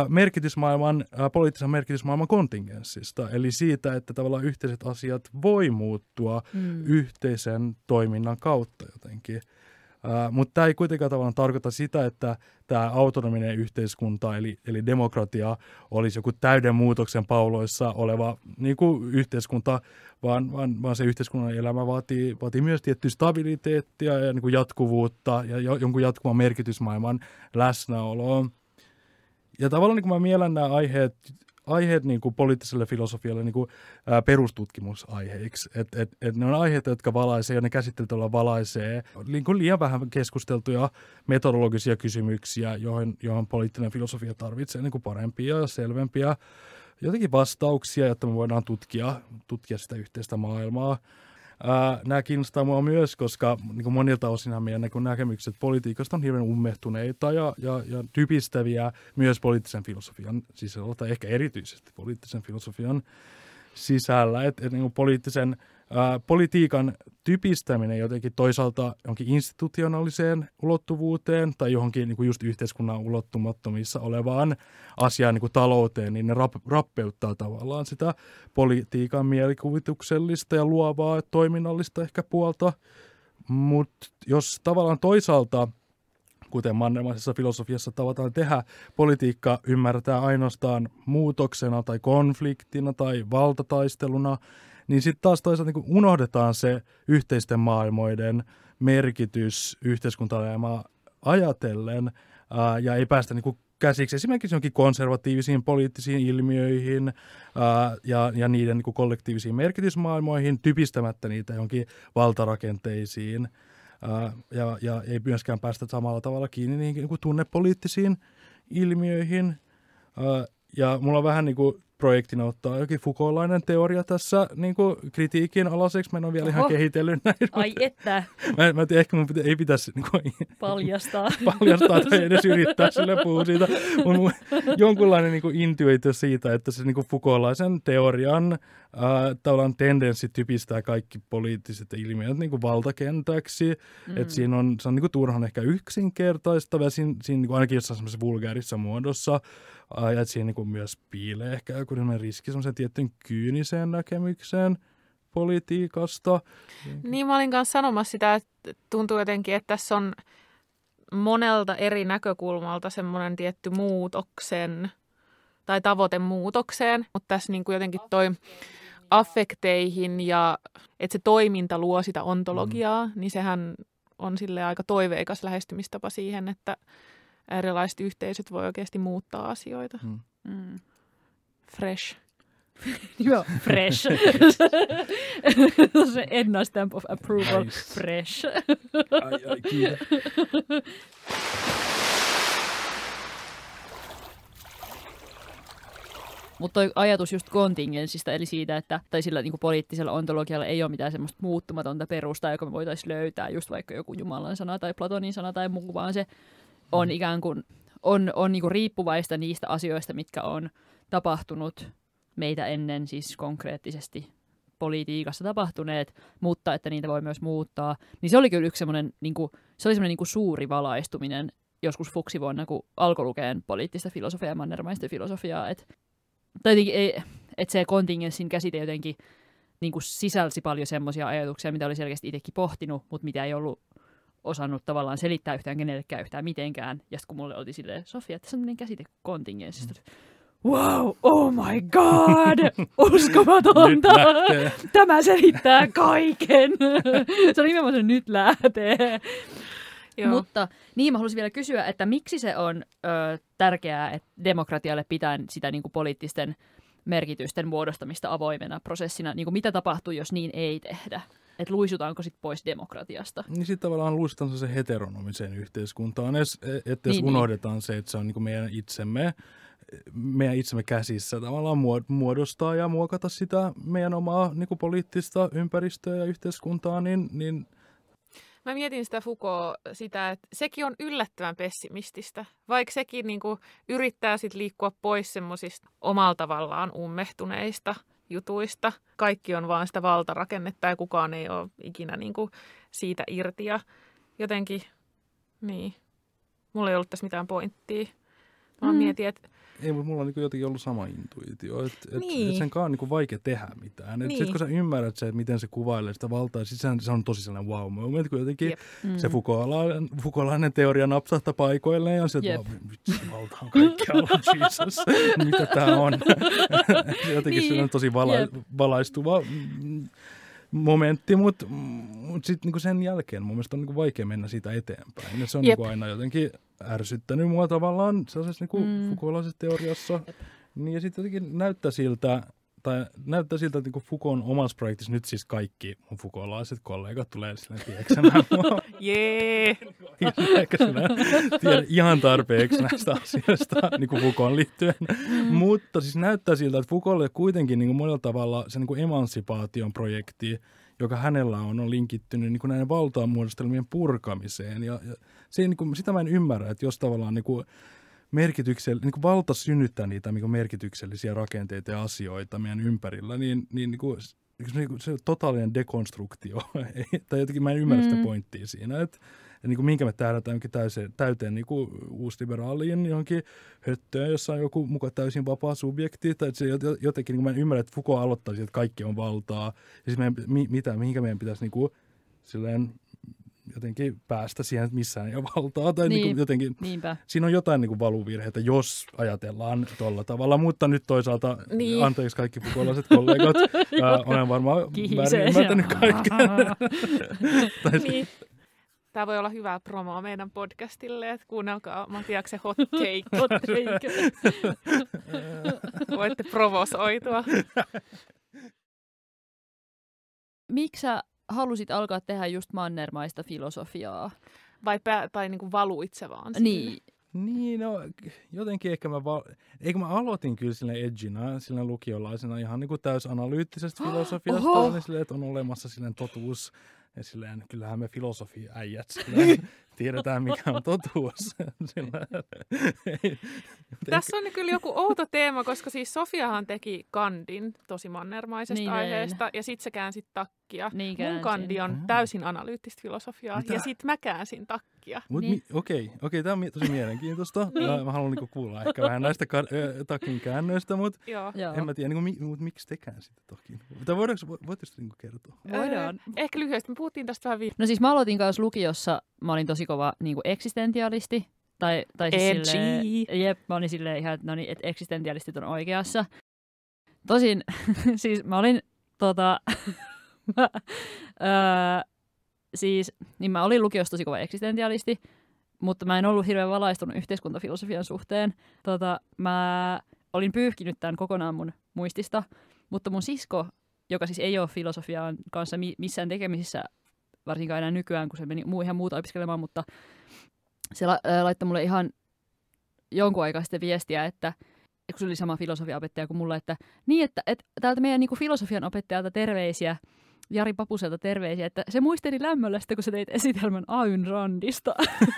S3: poliittisen merkitysmaailman kontingenssista. Eli siitä, että tavallaan yhteiset asiat voi muuttua yhteisen toiminnan kautta jotenkin. Mutta tämä ei kuitenkaan tavallaan tarkoita sitä, että tämä autonominen yhteiskunta eli demokratia olisi joku täyden muutoksen pauloissa oleva niin kuin yhteiskunta, vaan se yhteiskunnan elämä vaatii myös tiettyä stabiliteettia ja niin kuin jatkuvuutta ja jonkun jatkuvan merkitysmaailman läsnäoloa. Ja tavallaan niin kuin mä miellän nämä aiheet niin kuin poliittiselle filosofialle niin kuin, perustutkimusaiheiksi. Et ne on aiheita, jotka valaisee ja ne käsittelyllä valaisee niin kuin liian vähän keskusteltuja metodologisia kysymyksiä, johon poliittinen filosofia tarvitsee niin kuin parempia ja selvempiä jotenkin vastauksia, jotta me voidaan tutkia sitä yhteistä maailmaa. Nämä kiinnostaa mua myös, koska niin kuin monilta osinhan meidän näkemykset politiikasta on hirveän ummehtuneita ja typistäviä myös poliittisen filosofian sisällä, tai ehkä erityisesti poliittisen filosofian sisällä. Että niin kuin politiikan typistäminen jotenkin toisaalta johonkin institutionaaliseen ulottuvuuteen tai johonkin niin kuin just yhteiskunnan ulottumattomissa olevaan asiaan niin kuin talouteen, niin ne rappeuttaa tavallaan sitä politiikan mielikuvituksellista ja luovaa toiminnallista ehkä puolta. Mutta jos tavallaan toisaalta, kuten mannermaisessa filosofiassa tavataan tehdä, politiikka ymmärretään ainoastaan muutoksena tai konfliktina tai valtataisteluna, niin sitten taas toisaalta niin unohdetaan se yhteisten maailmoiden merkitys yhteiskuntaelämää ajatellen ja ei päästä niin käsiksi esimerkiksi jonkin konservatiivisiin poliittisiin ilmiöihin ja niiden niin kollektiivisiin merkitysmaailmoihin, typistämättä niitä jonkin valtarakenteisiin ja ei myöskään päästä samalla tavalla kiinni niihin niin tunnepoliittisiin ilmiöihin. Ja mulla on vähän niin kuin projektina ottaa jokin Foucaultlainen teoria tässä niin kuin kritiikin alaiseksi. Mä en ole vielä ihan kehitellyt näin.
S2: Ai että.
S3: Mä tiedän, ehkä mun ei pitäisi niin kuin,
S2: paljastaa
S3: tai edes yrittää sille puhua siitä. Mun jonkunlainen niin kuin intuitio siitä, että se niin kuin Foucaultlaisen teorian tavallaan tendenssi typistää kaikki poliittiset ilmiöt niin kuin valtakentäksi. Että se on niin kuin turhan ehkä yksinkertaista, ja siinä niin kuin ainakin jossain semmoisessa vulgaarissa muodossa. Ja että siinä niin kuin myös piilee ehkä joku riski semmoisen tiettyyn kyyniseen näkemykseen politiikasta.
S1: Niin mä olin kanssa sanomassa sitä, että tuntuu jotenkin, että tässä on monelta eri näkökulmalta semmoinen tietty muutoksen tai tavoite muutokseen, mutta tässä niin kuin jotenkin toi affekteihin ja että se toiminta luo sitä ontologiaa, niin sehän on silleen aika toiveikas lähestymistapa siihen, että erilaiset yhteisöt voi oikeasti muuttaa asioita. Fresh.
S2: Joo, fresh. Se Edna stamp of approval. Nice. Fresh.
S3: Ai, kiitos.
S2: Mutta toi ajatus just kontingenssista, eli siitä, että tai sillä niin kuin poliittisella ontologialla ei ole mitään semmoista muuttumatonta perustaa, joka me voitaisiin löytää, just vaikka joku Jumalan sana tai Platonin sana tai muu, vaan se on ikään kuin on niin kuin riippuvaista niistä asioista, mitkä on tapahtunut meitä ennen, siis konkreettisesti politiikassa tapahtuneet, mutta että niitä voi myös muuttaa. Niin se oli kyllä yksi semmoinen, niin kuin, se oli semmoinen niin kuin suuri valaistuminen joskus fuksivuonna, kun alkoi lukeen poliittista filosofiaa ja mannermaista filosofiaa. Että se kontingenssin käsite jotenkin niin kuin sisälsi paljon semmoisia ajatuksia, mitä oli selkeästi itsekin pohtinut, mutta mitä ei ollut osannut tavallaan selittää yhtään kenellekään yhtään mitenkään. Ja sitten kun mulle oli silleen, Sofia, tässä on tämmöinen käsite kontingenssista. Wow, oh my god, uskomatonta. Tämä selittää kaiken. Se on nimenomaan se nyt lähtee. Joo. Mutta niin mä haluaisin vielä kysyä, että miksi se on tärkeää, että demokratialle pitää sitä niin kuin poliittisten merkitysten muodostamista avoimena prosessina. Niin kuin mitä tapahtuu, jos niin ei tehdä? Että luisutaanko sitten pois demokratiasta?
S3: Niin sitten tavallaan luisutaan se heteronomiseen yhteiskuntaan, että jos unohdetaan se, että se on niin kuin meidän itsemme käsissä tavallaan muodostaa ja muokata sitä meidän omaa niin kuin poliittista ympäristöä ja yhteiskuntaa, niin
S1: mä mietin sitä Foucault sitä, että sekin on yllättävän pessimististä, vaikka sekin niin kuin yrittää sit liikkua pois semmoisista omalla tavallaan ummehtuneista jutuista. Kaikki on vaan sitä valtarakennetta ja kukaan ei ole ikinä niin kuin siitä irti. Ja jotenkin, niin, mulla ei ollut tässä mitään pointtia. Mä mietin, että
S3: ei, mutta mulla on niin jotenkin ollut sama intuitio, että
S1: niin.
S3: et sen kanssa on niin vaikea tehdä mitään.
S1: Niin.
S3: Sitten kun sä ymmärrät se, että miten se kuvailee sitä valtaa, se on tosi sellainen wow moment, kun jotenkin se Foucaultlainen teoria napsahtaa paikoilleen ja on sieltä, vitsi, valta on kaikkialla, Jesus, mitä tää on. Jotenkin se on tosi valaistuva momentti, mutta sitten niinku sen jälkeen mun mielestä on niinku vaikea mennä siitä eteenpäin. Ja se on niinku aina jotenkin ärsyttänyt mua tavallaan sellaisessa niinku Foucaultlaisessa teoriassa. Niin ja sitten jotenkin näyttää siltä, että niinku Foucaultin omassa projektissa nyt siis kaikki mun Foucaultlaiset kollegat tulee silleen tieksemään mua.
S1: Jee!
S3: Ehkä sinä tiedän ihan tarpeeksi näistä asioista niin Foucaultin liittyen. Mutta siis näyttää siltä, että Foucaultille kuitenkin niin monella tavalla se niin emansipaation projekti, joka hänellä on linkittynyt niin näiden valtamuodostelmien purkamiseen. Ja se, niin sitä mä en ymmärrä, että jos tavallaan niin valta synnyttää niitä niin merkityksellisiä rakenteita ja asioita meidän ympärillä, niin se totaalinen dekonstruktio, tai jotenkin mä en ymmärrä sitä pointtia siinä, että niin minkä me tähdätään täyteen niin uusliberaaliin johonkin höttöön, jossa on joku mukaan täysin vapaa subjekti, tai että se jotenkin, niin mä en ymmärrä, että Foucault aloittaisi, että kaikki on valtaa, ja siis mihinkä meidän pitäisi niin silleen jotenkin päästä siihen, että missään ei ole valtaa. Tai niin, jotenkin, siinä on jotain niin valuvirheitä, jos ajatellaan tuolla tavalla. Mutta nyt toisaalta, anteeksi kaikki Foucaultlaiset kollegat, olen varmaan väärin ymmärtänyt kaikkea.
S1: Niin. Tämä voi olla hyvää promoa meidän podcastille, että kuunnelkaa Matiaksen hot take. Voitte provosoitua.
S2: Miksi sä halusit alkaa tehdä just mannermaista filosofiaa?
S1: Tai niin kuin valuit se vaan sinne?
S3: Niin, no jotenkin ehkä mä aloitin kyllä silleen edginä, silleen lukiolaisena ihan niin kuin täysanalyyttisestä filosofiasta, niin silleen, että on olemassa silleen totuus. Ja silleen, kyllähän me filosofia-äijät tiedetään, mikä on totuus.
S1: Tässä on kyllä joku outo teema, koska siis Sofiahan teki kandin tosi mannermaisesta aiheesta, ja sitten se käänsi takkia. Mun kandi on täysin analyyttistä filosofiaa, ja sitten mä käänsin takkia.
S3: Okei, tämä on tosi mielenkiintoista. Mä haluan kuulla ehkä vähän näistä takin käännöistä, mutta en mä tiedä, miksi te käänsitte takin. Tai voitteko kertoa?
S1: Voidaan. Ehkä lyhyesti, me puhuttiin tästä vähän
S2: No siis mä aloitin kanssa lukiossa, mä olin tosi kova niin kuin eksistentialisti. Tai siis silleen, mä olin silleen ihan, että eksistentialistit on oikeassa. Tosin, siis mä olin mä olin lukiossa tosi kova eksistentialisti, mutta mä en ollut hirveän valaistunut yhteiskuntafilosofian suhteen. Mä olin pyyhkinyt tämän kokonaan mun muistista, mutta mun sisko, joka siis ei ole filosofian kanssa missään tekemisissä, varsinkaan enää nykyään, kun se meni ihan muuta opiskelemaan, mutta se laittoi mulle ihan jonkun aikaa sitten viestiä, että kun se oli sama filosofiaopettaja kuin mulla, että täältä meidän niin kuin filosofian opettajalta terveisiä, Jari Papuselta terveisiä, että se muisteli lämmöllä sitten, kun sä teit esitelmän Ayn Randista.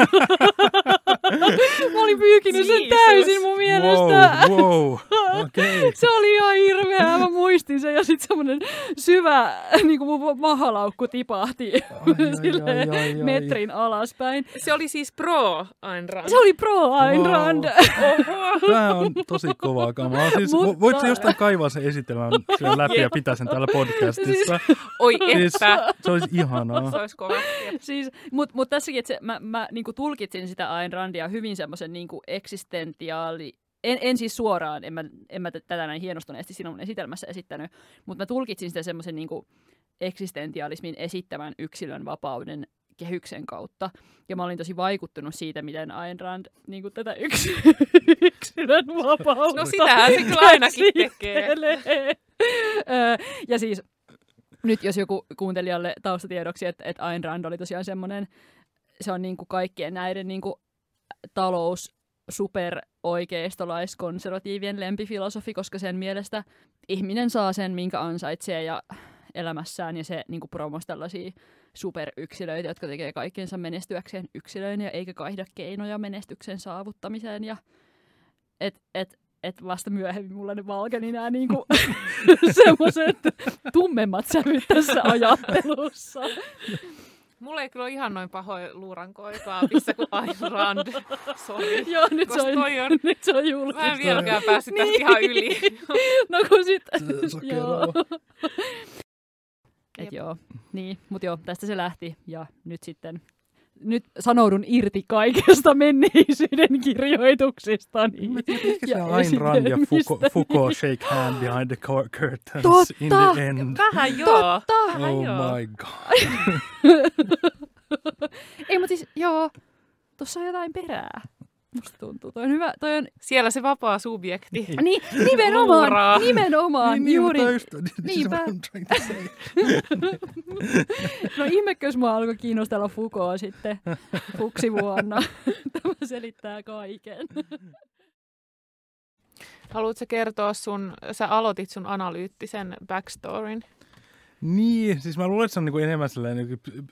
S2: Mä olin pyykinyt sen täysin mun mielestä.
S3: Wow. Okay.
S2: Se oli ihan hirveää. Mä muistin sen ja sitten semmoinen syvä niin kuin mun mahalaukku tipahti metrin alaspäin.
S1: Se oli siis pro Ayn Rand.
S2: Se oli pro Ayn Rand.
S3: Tämä on tosi kovaa kamaa. Siis, voitko jostain kaivaa sen esitelmän läpi ja pitää sen täällä podcastissa?
S1: Oi että.
S3: Se olisi ihanaa.
S1: Se olisi kova.
S2: Siis, mutta tässäkin, että mä niinku tulkitsin sitä Ayn Randia hyvin semmoisen niinku eksistentiaali. En siis suoraan, en mä tätä näin hienostuneesti sinun esitelmässä esittänyt, mutta mä tulkitsin sitä semmoisen niinku eksistentialismin esittävän yksilön vapauden kehyksen kautta. Ja mä olin tosi vaikuttunut siitä, miten Ayn Rand niin tätä yksilön vapautta
S1: no sitähän se kyllä ainakin tekee.
S2: Ja siis nyt jos joku kuuntelijalle taustatiedoksi, että Ayn Rand oli tosiaan semmoinen, se on niin kuin kaikkien näiden niin kuin talous superoikeistolaiskonservatiivien lempifilosofi, koska sen mielestä ihminen saa sen, minkä ansaitsee ja elämässään, ja se niin kuin promosi tällaisia superyksilöitä, jotka tekee kaikkensa menestyäkseen yksilöinä, eikä kaihda keinoja menestyksen saavuttamiseen. Ja et vasta myöhemmin mulla ne valkeni nämä niinku semmoiset tummemmat sävyt tässä ajattelussa.
S1: Mulla ei kyllä ole ihan noin pahoin luurankoja kaapissa kuin Ayn Rand. Sori.
S2: Joo, nyt se on julkista.
S1: Mä en vieläkään päässyt tästä ihan yli.
S2: No kun sit...
S3: Sokeroo.
S2: Joo, niin, mutta joo, tästä se lähti ja nyt sanoudun irti kaikesta menneisyyden kirjoituksistani.
S3: Ehkä se Ayn Rand ja Foucault shake hand behind the curtains
S2: Totta!
S3: in the end.
S1: Vähän joo.
S2: Totta!
S1: Vähän
S3: Oh
S1: joo.
S3: my god.
S2: Ei, mutta siis joo, tossa on jotain perää. Musta tuntuu. Toi on hyvä, toi on...
S1: Siellä se vapaa subjekti.
S2: Niin,
S1: Luuraa.
S2: nimenomaan, juuri.
S3: Niin, mutta just, this is
S2: Niinpä.
S3: what I'm trying to say.
S2: No ihmekös mua alkoi kiinnostella Foucault sitten fuksivuonna. Tämä selittää kaiken.
S1: Haluatko kertoa sä aloitit sun analyyttisen backstoryn?
S3: Niin, siis mä luulen, että se on niinku enemmän sellainen,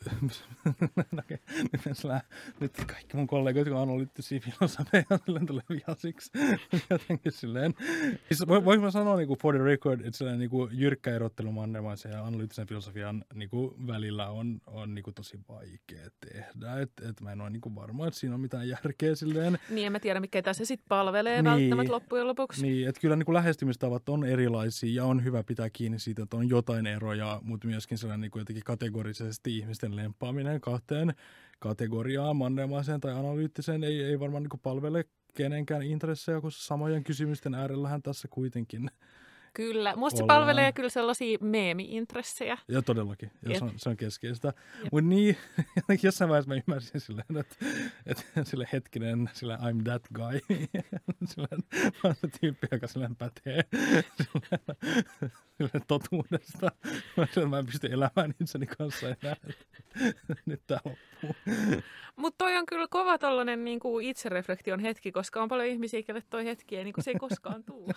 S3: nyt kaikki mun kollegoit, kun on analyyttisiä filosofeja, tulee vihasiksi. Jotenkin silleen. Siis voinko mä sanoa niinku for the record, että sellainen niinku jyrkkä erottelu mannermaisen ja analyyttisen filosofian niinku välillä on niinku tosi vaikea tehdä. Et mä en ole niinku varma, että siinä on mitään järkeä silleen.
S1: Niin, en mä tiedä, ketä se sitten palvelee
S3: Niin.
S1: välttämättä loppujen lopuksi.
S3: Niin, että kyllä niin kuin lähestymistavat on erilaisia ja on hyvä pitää kiinni siitä, että on jotain eroja, mutta myöskin sellainen niin kuin jotenkin kategorisesti ihmisten lempaaminen kahteen kategoriaan, mannermaiseen tai analyyttiseen, ei varmaan niin kuin palvele kenenkään intressejä, koska samojen kysymysten äärellähän tässä kuitenkin
S1: Kyllä. Musta se
S3: ollaan.
S1: palvelee kyllä sellaisia meemi-intressejä.
S3: Ja todellakin, ja
S1: Jep.
S3: se on keskeistä. Mutta niin, jotenkin jossain vaiheessa mä ymmärsin silleen, että sille hetkinen, sille I'm that guy. Silleen, mä oon se tyyppi, joka silleen pätee silleen totuudesta. Mä en pysty elämään itseni kanssa enää. Nyt tää loppuu.
S1: Mutta toi on kyllä kova tollanen niinku itsereflektion hetki, koska on paljon ihmisiä, kelle toi hetki ei, niinku, se ei koskaan tule.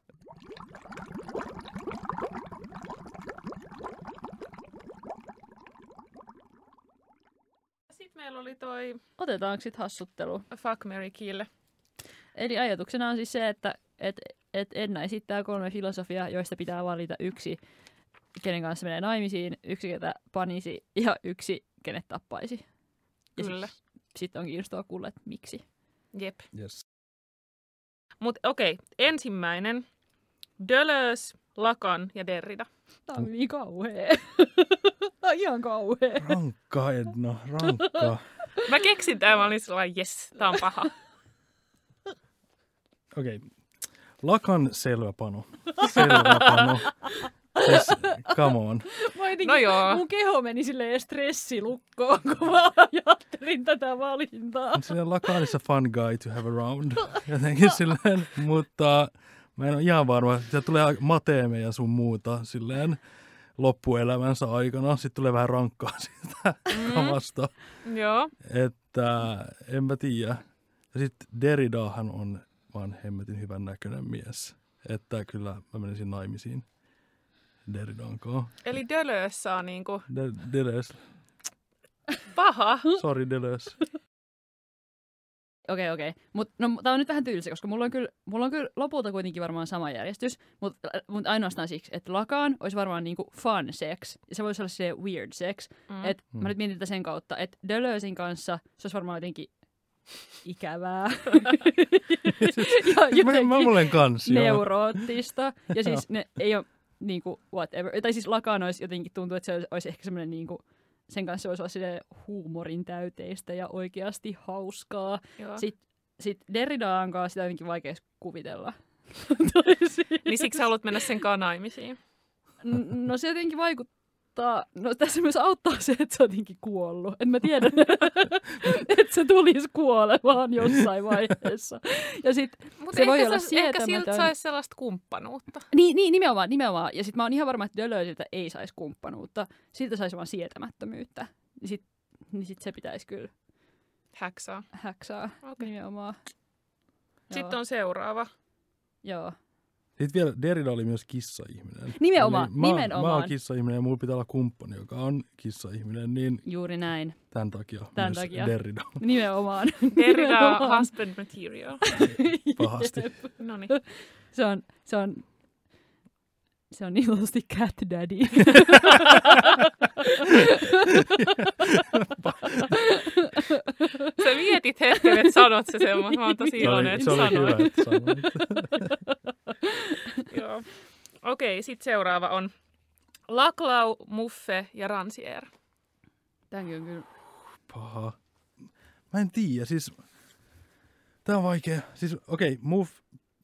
S1: Sitten meillä oli toi
S2: Otetaanko sitten hassuttelu?
S1: Fuck, Marry, Kill.
S2: Eli ajatuksena on siis se, että Edna esittää 3 filosofiaa, joista pitää valita yksi, kenen kanssa menee naimisiin, yksi, ketä panisi ja yksi, kenet tappaisi. Ja
S1: Kyllä.
S2: Sitten on kiinnostavaa kuulla, että miksi.
S1: Jep.
S3: Yes.
S1: Mutta okei, ensimmäinen. Deleuze, Lacan ja Derrida.
S2: Tämä on niin kauhea. Tämä on ihan kauhea.
S3: Rankka, Edna, rankka.
S1: Mä keksin tämän, mä olin sellainen, jes, tää on paha.
S3: Okei. Lacan selvä pano. Selvä pano. Siis, come on.
S1: No joo.
S2: Mun keho meni silleen stressilukkoon, kun mä ajattelin tätä valintaa.
S3: Silleen Lacan is a fun guy to have around. Jotenkin silleen, mutta mä en ole ihan varma. Sieltä tulee mateemeja sun muuta silleen loppuelämänsä aikana. Sitten tulee vähän rankkaa siitä kamasta.
S1: Joo.
S3: Että en mä tiedä. Ja sitten Derridahan on vaan hemmetin hyvän näköinen mies. Että kyllä mä menisin naimisiin Derridan kanssa.
S1: Eli Deleuze saa niinku
S3: Deleuze.
S1: paha.
S3: Sorry Deleuze.
S2: Okei. Mutta no, tää on nyt vähän tylsä, koska mulla on kyllä lopulta kuitenkin varmaan sama järjestys, mutta ainoastaan siksi, että Lacan olisi varmaan niinku fun sex, ja se voisi olla se weird sex. Mä nyt mietin tätä sen kautta, että Deleuzein kanssa se olisi varmaan jotenkin ikävää. ja
S3: Mä olen kanssa, joo.
S2: neuroottista. Ja siis ne ei ole niinku whatever. Tai siis Lacan olisi jotenkin tuntuu, että se olisi ehkä semmoinen niinku, sen kanssa voisi olla silleen huumorin täyteistä ja oikeasti hauskaa.
S1: Joo.
S2: Sitten Derridaan kanssa sitä on jotenkin vaikea kuvitella.
S1: Niin siksi sä haluat mennä sen kanssa naimisiin.
S2: No se jotenkin vaikuttaa. No tässä myös auttaa se, että se on jotenkin kuollut. Et mä tiedän, että se tulisi kuolemaan jossain vaiheessa. Ja sit
S1: Mutta
S2: se voi
S1: ehkä,
S2: olla
S1: ehkä
S2: sietämätön.
S1: siltä saisi sellaista kumppanuutta.
S2: Niin, nimenomaan. Ja sitten mä oon ihan varma, että Deleuzeltä ei saisi kumppanuutta. Siltä saisi vaan sietämättömyyttä. Niin sit se pitäisi kyllä
S1: Häksää.
S2: häksää.
S1: Okei.
S2: Nimenomaan.
S1: Sitten on seuraava.
S2: Joo.
S3: Sitten vielä Derrida oli myös kissa-ihminen.
S2: Nimenomaan,
S3: Eli
S2: nimenomaan.
S3: Mä oon kissa-ihminen ja mulla pitää olla kumppani, joka on kissa-ihminen, niin
S2: Juuri näin.
S3: tämän takia
S2: Tämän
S3: myös
S2: takia.
S3: Derrida
S2: Nimenomaan.
S1: Derrida husband material.
S3: pahasti.
S1: Noniin.
S2: Se on niin sanotusti cat daddy.
S1: Sä mietit hetken, että sanot se semmoinen. Mä oon tosi iloinen, että
S3: Se oli
S1: sanoit.
S3: hyvä, että sanoit.
S1: Joo. Okei, sitten seuraava on Laclau, Muffe ja Rancière.
S2: Tämäkin on kyllä.
S3: Paha. Mä en tiedä, siis tää on vaikea. Siis okei, Muff,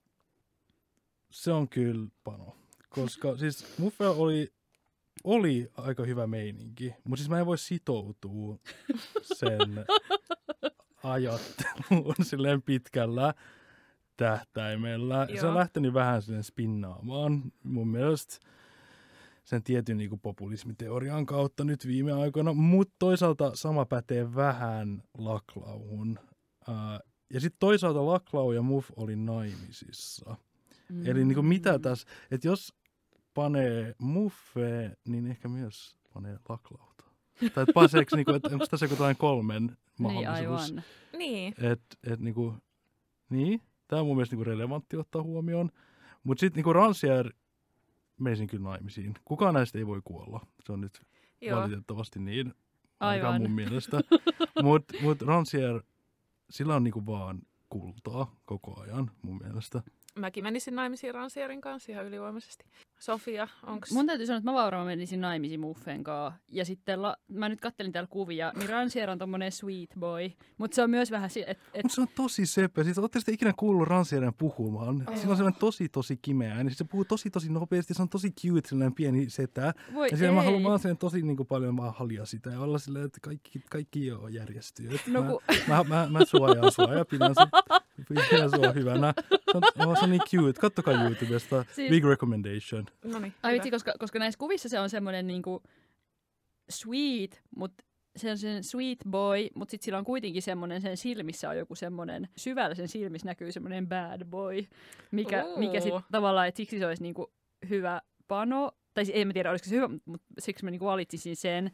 S3: se on kyllä pano. Koska siis Muffella oli aika hyvä meininki, mutta siis mä en voi sitoutua sen ajatteluun silleen pitkällä tähtäimellä.
S1: Joo.
S3: Se on lähtenyt vähän silleen spinnaamaan mun mielestä sen tietyn niin kuin populismiteorian kautta nyt viime aikoina, mutta toisaalta sama pätee vähän Laclauhun. Ja sitten toisaalta Laclau ja Muff oli naimisissa. Eli niin kuin mitä tässä, että jos panee Muffeen, niin ehkä myös panee Laclauta. Tai että paseeksi, niin kuin, että onko tässä joku tällainen kolmen mahdollisuus.
S2: Niin, aivan.
S1: Niin.
S3: Niin, tämä on mun mielestä niin kuin relevantti ottaa huomioon. Mutta sitten niin Rancière meisin kyllä naimisiin. Kukaan näistä ei voi kuolla. Se on nyt
S1: Joo.
S3: valitettavasti niin.
S2: Aivan.
S3: Aivan mun mielestä. Mut Rancière, sillä on niinku vaan kultaa koko ajan mun mielestä.
S1: Mäkin menisin naimisiin Rancièren kanssa ihan ylivoimaisesti. Sofia, onks?
S2: Mun täytyy sanoa, että mä varmaan menisin naimisiin Muffen kanssa. Ja sitten mä nyt kattelin täällä kuvia, niin Rancière on tommonen sweet boy. Mutta se on myös vähän
S3: Mutta se on tosi seppä. Siis ootteko te ikinä kuullut Rancièren puhumaan? Sillä on sellainen tosi kimeä ääni. Se puhuu tosi nopeasti. Se on tosi cute, sellainen pieni setä.
S2: voi
S3: Ja siellä mä haluan
S2: ei.
S3: vaan tosi niin kuin paljon vaan halia sitä ja olla silleen, että kaikki joo järjestyy.
S2: No,
S3: Mä suojaan sua ja pidän sua hyvänä. Se on niin cute. Kattokaa YouTubesta.
S2: Siis-
S3: Big recommendation.
S1: Noniin,
S2: Ai
S1: hyvä.
S2: vitsi, koska näissä kuvissa se on semmoinen niinku sweet, mutta se on sen sweet boy, mutta sitten sillä on kuitenkin semmoinen, sen silmissä on joku semmoinen, syvällä sen silmissä näkyy semmoinen bad boy, mikä sitten tavallaan, että siksi se olisi niinku hyvä pano, tai en mä tiedä, olisiko se hyvä, mutta siksi mä niinku valitsisin sen,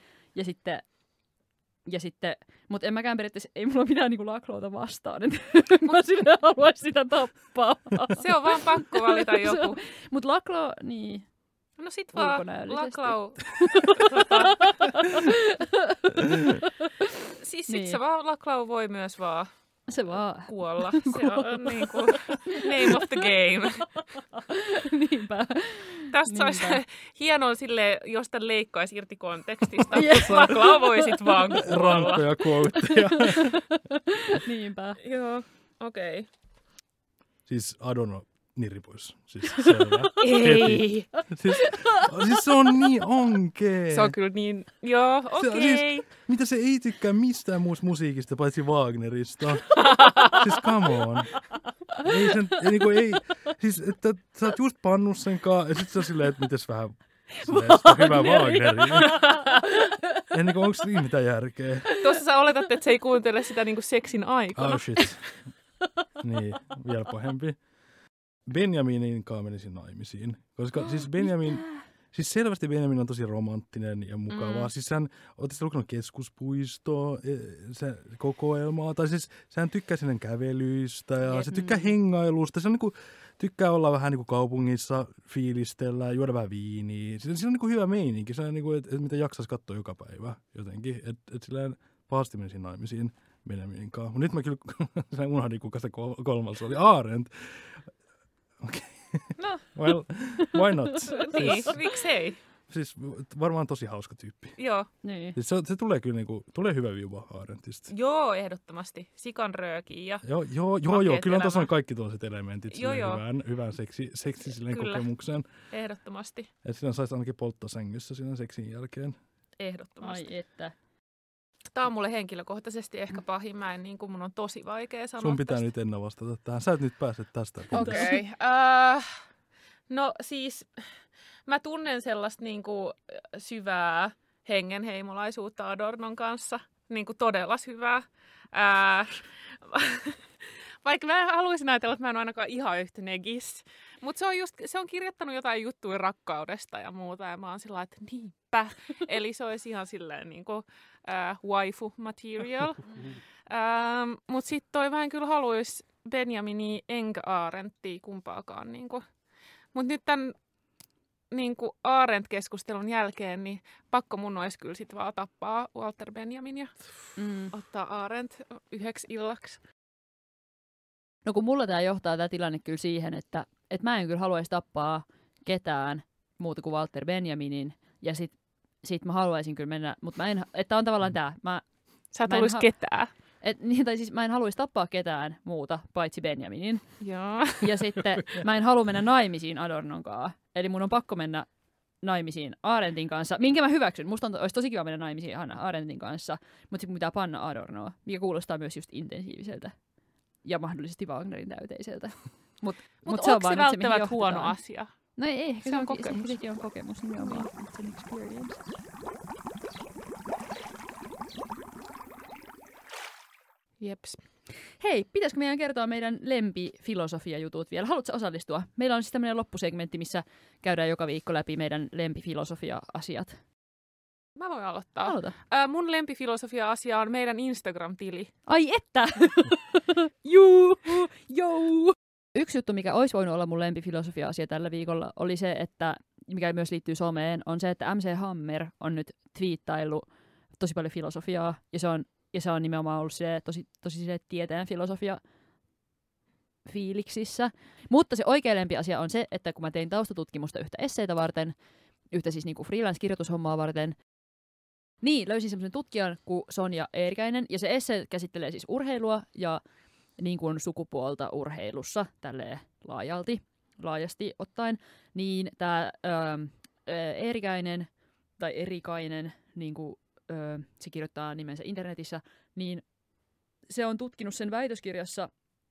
S2: ja sitten, mutta en mäkään periaatteessa, ei mulla ole mitään niinku Laclauta vastaan, että mä sille haluaisin sitä tappaa.
S1: Se on vaan pakko valita joku.
S2: Mutta Laclau, niin.
S1: No sit vaan
S2: Ulkonäöllisesti.
S1: Laclau. Siis sit
S2: Niin.
S1: se vaan Laclau voi myös vaan
S2: Se vaan.
S1: kuolla. Se on niinku name of the game.
S2: Niinpä.
S1: Tästä olisi
S2: Niinpä.
S1: hienoa silleen, jos tän leikkaisi irti kontekstista.
S2: Yes.
S1: Laclau voi sit vaan kuolla.
S3: Rankkoja quoteja.
S2: Niinpä.
S1: Joo, okei. Okay.
S3: Siis Adorno nirri pois. Siis selvä.
S1: Ei.
S3: Siis se on niin onkee.
S1: Se on kyllä niin, joo,
S3: Se-
S1: okei.
S3: Mitä se ei tykkää mistään muusta musiikista paitsi Wagnerista. Siis come on. Ei sen, ei, siis että sä oot just pannut sen kaa ja sit se on silleen, että mites vähän silleen, hyvä Wagneri. Ja niin onko siinä mitään järkeä?
S1: Tuossa sä oletat, että se ei kuuntele sitä niinku seksin aikana.
S3: Oh shit. Niin, vielä pahempi. Benjaminin kanssa menisin naimisiin. Koska siis siis selvästi Benjamin on tosi romanttinen ja mukavaa. Siis ootte sitten lukenut Keskuspuistoa, se kokoelmaa. Tai siis sehän tykkää sinne kävelyistä ja se tykkää hengailusta. Se on niinku, tykkää olla vähän niinku kaupungissa, fiilistellä, juoda vähän viiniä. Sillä on niinku hyvä meininki. Se on niinku, että mitä jaksaisi katsoa joka päivä jotenkin. Että silleen pahasti menisin naimisiin Benjaminin kanssa. Mutta nyt mä kyllä unohdin, kuka se kolmas oli. Arendt. Okei.
S1: No.
S3: Well, why not?
S1: Niin, miksei?
S3: Siis varmaan tosi hauska tyyppi.
S1: Joo.
S2: Niin.
S3: Siis se tulee kyllä niinku, tulee hyvä viuva Arendtista.
S1: Joo, ehdottomasti. Sikan röökiin ja
S3: Joo,
S1: makeet
S3: kyllä tuossa on
S1: elämä.
S3: kaikki tuollaiset elementit
S1: Joo, joo.
S3: hyvän seksisellen
S1: Kyllä.
S3: kokemuksen.
S1: ehdottomasti.
S3: Että siinä saisi ainakin polttaa sängyssä siinä seksin jälkeen.
S1: Ehdottomasti.
S2: Ai että.
S1: Tämä on mulle henkilökohtaisesti ehkä pahin. Mä en, niin kuin mun on tosi vaikea sanoa
S3: Sun pitää
S1: tästä.
S3: nyt ennen vastata tähän. Sä et nyt pääse tästä.
S1: Okei. No siis mä tunnen sellaista niin kuin syvää hengenheimolaisuutta Adornon kanssa. Niin kuin todella syvää. Vaikka mä haluaisin ajatella, että mä en ole ainakaan ihan yhtä negis. Mutta se on kirjoittanut jotain juttuja rakkaudesta ja muuta, ja mä oon sillä että niinpä. Eli se olisi ihan silleen niinku waifu material. Mutta sitten toi vähän kyllä haluaisi Benjaminia enkä Arendtia kumpaakaan. Niinku. Mutta nyt tämän niinku Arendt-keskustelun jälkeen, niin pakko mun olisi kyllä sit vaan tappaa Walter Benjamin ja ottaa Arendt yhdeksi illaksi.
S2: No kun mulla tämä tilanne kyllä siihen, että mä en kyllä haluaisi tappaa ketään muuta kuin Walter Benjaminin. Ja sit mä haluaisin kyllä mennä, mutta mä en, että on tavallaan tää.
S1: Sä et haluaisi ketään.
S2: Tai siis mä en haluaisi tappaa ketään muuta, paitsi Benjaminin.
S1: Joo.
S2: Ja sitten mä en halua mennä naimisiin Adornon kanssa. Eli mun on pakko mennä naimisiin Arendtin kanssa, minkä mä hyväksyn. Musta olisi tosi kiva mennä naimisiin Arendtin kanssa, mutta sitten pitää panna Adornoa, mikä kuulostaa myös just intensiiviseltä. Ja mahdollisesti Wagnerin täyteiseltä. Mut
S1: se on vaan välttämättä huono asia?
S2: No ei,
S1: se on kokemus.
S2: Sekin on kokemus nimenomaan. It's an experience.
S1: Jeps.
S2: Hei, pitäisikö meidän kertoa meidän lempifilosofia-jutut vielä? Haluatko osallistua? Meillä on siis tämmöinen loppusegmentti, missä käydään joka viikko läpi meidän lempifilosofia-asiat.
S1: Mä voin aloittaa.
S2: Aloita.
S1: Mun lempifilosofia-asia on meidän Instagram-tili.
S2: Ai että! Juu! Jou! Yksi juttu, mikä olisi voinut olla mun lempifilosofia-asia tällä viikolla, oli se, että, mikä myös liittyy someen, on se, että MC Hammer on nyt twiittaillut tosi paljon filosofiaa, ja se on nimenomaan ollut se tosi tieteen filosofia fiiliksissä. Mutta se oikea lempiasia on se, että kun mä tein taustatutkimusta yhtä esseitä varten, yhtä siis niinku freelance-kirjoitushommaa varten, niin löysin semmoisen tutkijan kuin Sonja Eerikäinen, ja se esse käsittelee siis urheilua ja niin kuin sukupuolta urheilussa tälleen laajasti ottaen, niin tämä Eerikäinen, tai Erikainen, niin kuin se kirjoittaa nimensä internetissä, niin se on tutkinut sen väitöskirjassa,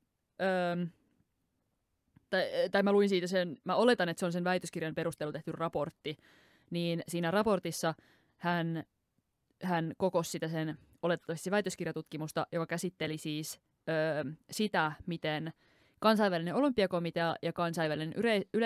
S2: tai mä luin siitä mä oletan, että se on sen väitöskirjan perusteella tehty raportti, niin siinä raportissa hän kokosi sitä sen oletettavasti väitöskirjatutkimusta, joka käsitteli siis sitä, miten kansainvälinen olympiakomitea ja kansainvälinen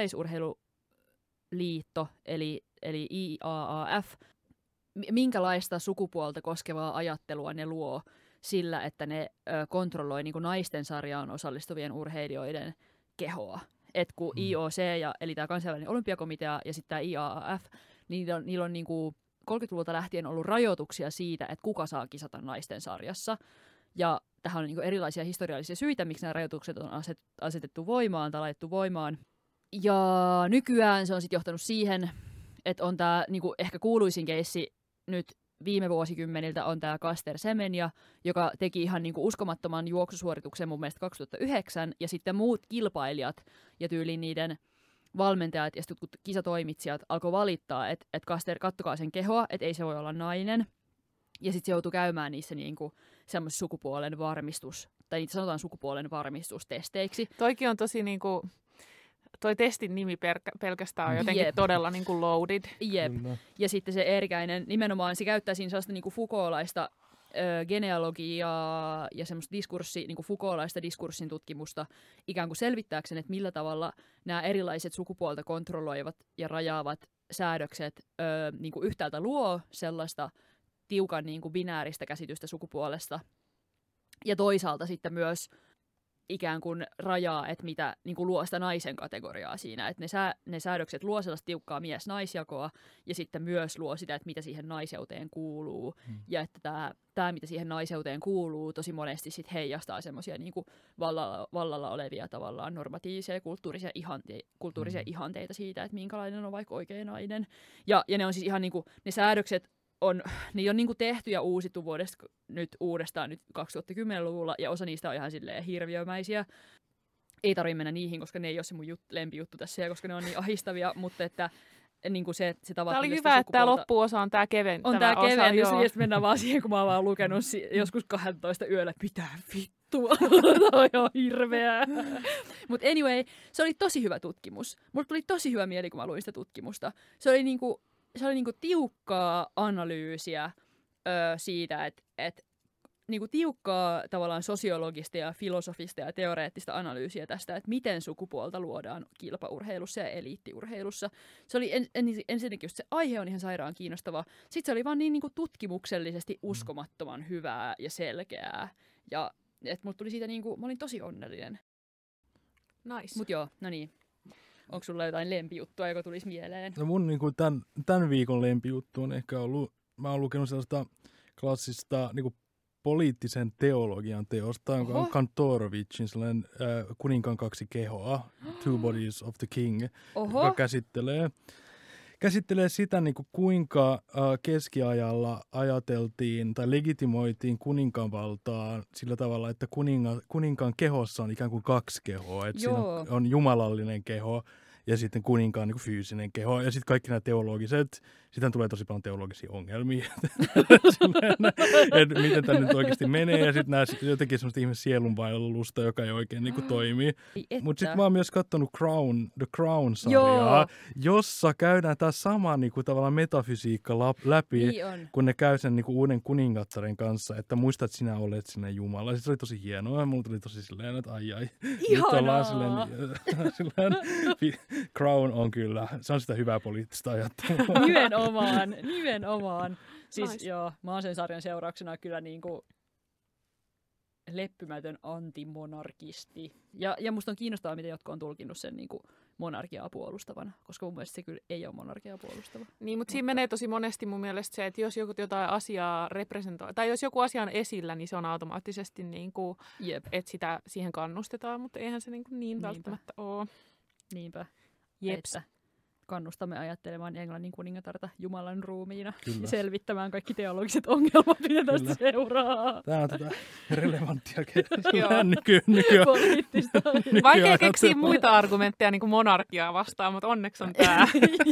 S2: yleisurheiluliitto, eli IAAF, minkälaista sukupuolta koskevaa ajattelua ne luo sillä, että ne kontrolloi niin kuin naisten sarjaan osallistuvien urheilijoiden kehoa. Et kun IOC, eli tämä kansainvälinen olympiakomitea ja sitten tämä IAAF, niillä on niin kuin 30-luvulta lähtien ollut rajoituksia siitä, että kuka saa kisata naisten sarjassa. Ja tähän on niin kuin erilaisia historiallisia syitä, miksi nämä rajoitukset on asetettu voimaan tai laitettu voimaan. Ja nykyään se on sitten johtanut siihen, että on tämä niin kuin ehkä kuuluisin keissi nyt viime vuosikymmeniltä on tämä Caster Semenya, joka teki ihan niin kuin uskomattoman juoksusuorituksen mun mielestä 2009, ja sitten muut kilpailijat ja tyyliin niiden valmentajat ja sitten kisatoimitsijat alkoi valittaa, että Caster, kattokaa sen kehoa, että ei se voi olla nainen. Ja sitten se joutui käymään niissä niinku semmoisissa sukupuolen varmistus, tai niitä sanotaan sukupuolen varmistustesteiksi.
S1: Toikin on tosi niinku, toi testin nimi pelkästään on jotenkin todella niinku loaded.
S2: Jep. Ja sitten se Eerikäinen, nimenomaan se käyttää siinä sellaista niinku Foucaultlaista genealogiaa ja semmoista niinku Foucaultlaista diskurssin tutkimusta ikään kuin selvittääkseen, että millä tavalla nämä erilaiset sukupuolta kontrolloivat ja rajaavat säädökset niinku yhtäältä luo sellaista tiukan niin kuin binääristä käsitystä sukupuolesta. Ja toisaalta sitten myös ikään kuin rajaa, että mitä niin kuin luo sitä naisen kategoriaa siinä. Että ne säädökset luo sellaista tiukkaa mies-naisjakoa ja sitten myös luo sitä, että mitä siihen naiseuteen kuuluu. Ja että tämä, mitä siihen naiseuteen kuuluu, tosi monesti sit heijastaa semmoisia niin kuin vallalla olevia tavallaan normatiivisia kulttuurisia ihanteita siitä, että minkälainen on vaikka oikea nainen. Ja ne on siis ihan niin kuin, ne säädökset ne on niinku tehty ja uusittu uudestaan nyt 2010-luvulla, ja osa niistä on ihan silleen hirviömäisiä. Ei tarvitse mennä niihin, koska ne ei ole se mun lempijuttu tässä, ja koska ne on niin ahistavia, mutta että niinku se tavat...
S1: Tämä oli hyvä, että tämä loppuosa on tämä keventävä
S2: on tämä
S1: osa.
S2: kevennys, ja sitten mennään vaan siihen, kun mä oon vaan lukenut joskus 12 yöllä, mitä vittua, toi on hirveää. Mutta anyway, se oli tosi hyvä tutkimus. Mulla tuli tosi hyvä mieli, kun mä luin sitä tutkimusta. Se oli niinku tiukkaa analyysiä siitä, että niinku tiukkaa tavallaan sosiologista ja filosofista ja teoreettista analyysiä tästä, että miten sukupuolta luodaan kilpaurheilussa ja eliittiurheilussa. Se oli ensinnäkin just se aihe on ihan sairaan kiinnostava. Sitten se oli vaan niin niinku tutkimuksellisesti uskomattoman hyvää ja selkeää. Ja että mulla tuli siitä niinku, mä olin tosi onnellinen.
S1: Nice.
S2: Mut joo, no niin. Onko sulla jotain lempijuttua, joka tulisi mieleen?
S3: No mun niinku tämän viikon lempijuttu on ehkä ollut, mä oon lukenut sellaista klassista niinku poliittisen teologian teosta, joka on Kantorovicin sellainen Kuninkaan kaksi kehoa, Two Bodies of the King, joka käsittelee sitä, niin kuin kuinka keskiajalla ajateltiin tai legitimoitiin kuninkaan valtaa sillä tavalla, että kuninkaan kehossa on ikään kuin kaksi kehoa. Että siinä on jumalallinen keho ja sitten kuninkaan niin kuin fyysinen keho. Ja sitten kaikki nämä teologiset, sitten tulee tosi paljon teologisia ongelmia, että miten tämä nyt oikeasti menee. Ja sitten jotenkin semmoista ihmisen sielunvaellusta, joka ei oikein niin kuin toimii. Mutta sitten mä oon myös katsonut The Crown-sarjaa, jossa käydään tämä sama niin kuin tavallaan metafysiikka läpi, kun ne käy sen niin kuin uuden kuningattaren kanssa, että muistat, että sinä olet sinne Jumala. Sitten se oli tosi hienoa ja mulla tuli tosi silleen, että ai. Nyt ollaan silleen Crown on kyllä, se on sitä hyvää poliittista ajattelua.
S2: Nimenomaan. Siis joo, mä oon sen sarjan seurauksena kyllä niinku leppymätön antimonarkisti. Ja musta on kiinnostavaa, miten jotkut on tulkinnut sen niinku monarkiaa puolustavana, koska mun mielestä se kyllä ei ole monarkiaa puolustava.
S1: Niin, mutta siinä menee tosi monesti mun mielestä se, että jos joku jotain asiaa representoi, tai jos joku asia on esillä, niin se on automaattisesti niinku, että sitä siihen kannustetaan, mutta eihän se niin välttämättä ole.
S2: Niinpä.
S1: Jeps.
S2: Että kannustamme ajattelemaan Englannin kuningatarta Jumalan ruumiina
S3: Kyllä.
S2: ja selvittämään kaikki teologiset ongelmat, mitä tästä seuraa.
S3: Tämä on tätä relevanttia nykyään.
S2: Poliittista.
S1: Vaikea keksiä muita argumentteja niin kuin monarkiaa vastaan, mutta onneksi on tämä.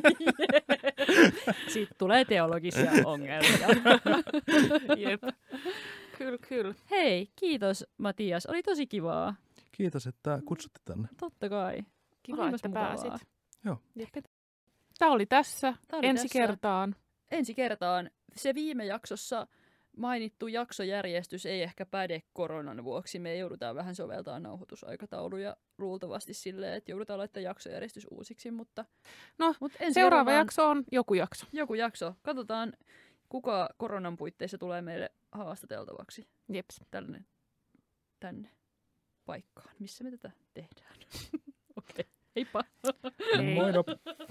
S2: Sitten tulee teologisia ongelmia.
S1: Jep. Kyllä.
S2: Hei, kiitos Matias. Oli tosi kivaa.
S3: Kiitos, että kutsutte tänne.
S2: Totta kai.
S1: Kiva, että pääsit.
S3: Joo.
S1: Tämä oli tässä. Kertaan.
S2: Ensi kertaan. Se viime jaksossa mainittu jaksojärjestys ei ehkä päde koronan vuoksi. Me joudutaan vähän soveltaa nauhoitusaikatauluja luultavasti silleen, että joudutaan laittaa jaksojärjestys uusiksi. Mutta
S1: seuraava jakso on joku jakso.
S2: Joku jakso. Katsotaan, kuka koronan puitteissa tulee meille haastateltavaksi.
S1: Jeps.
S2: Tänne paikkaan, missä me tätä tehdään. Okei. Heippa!
S3: Moi!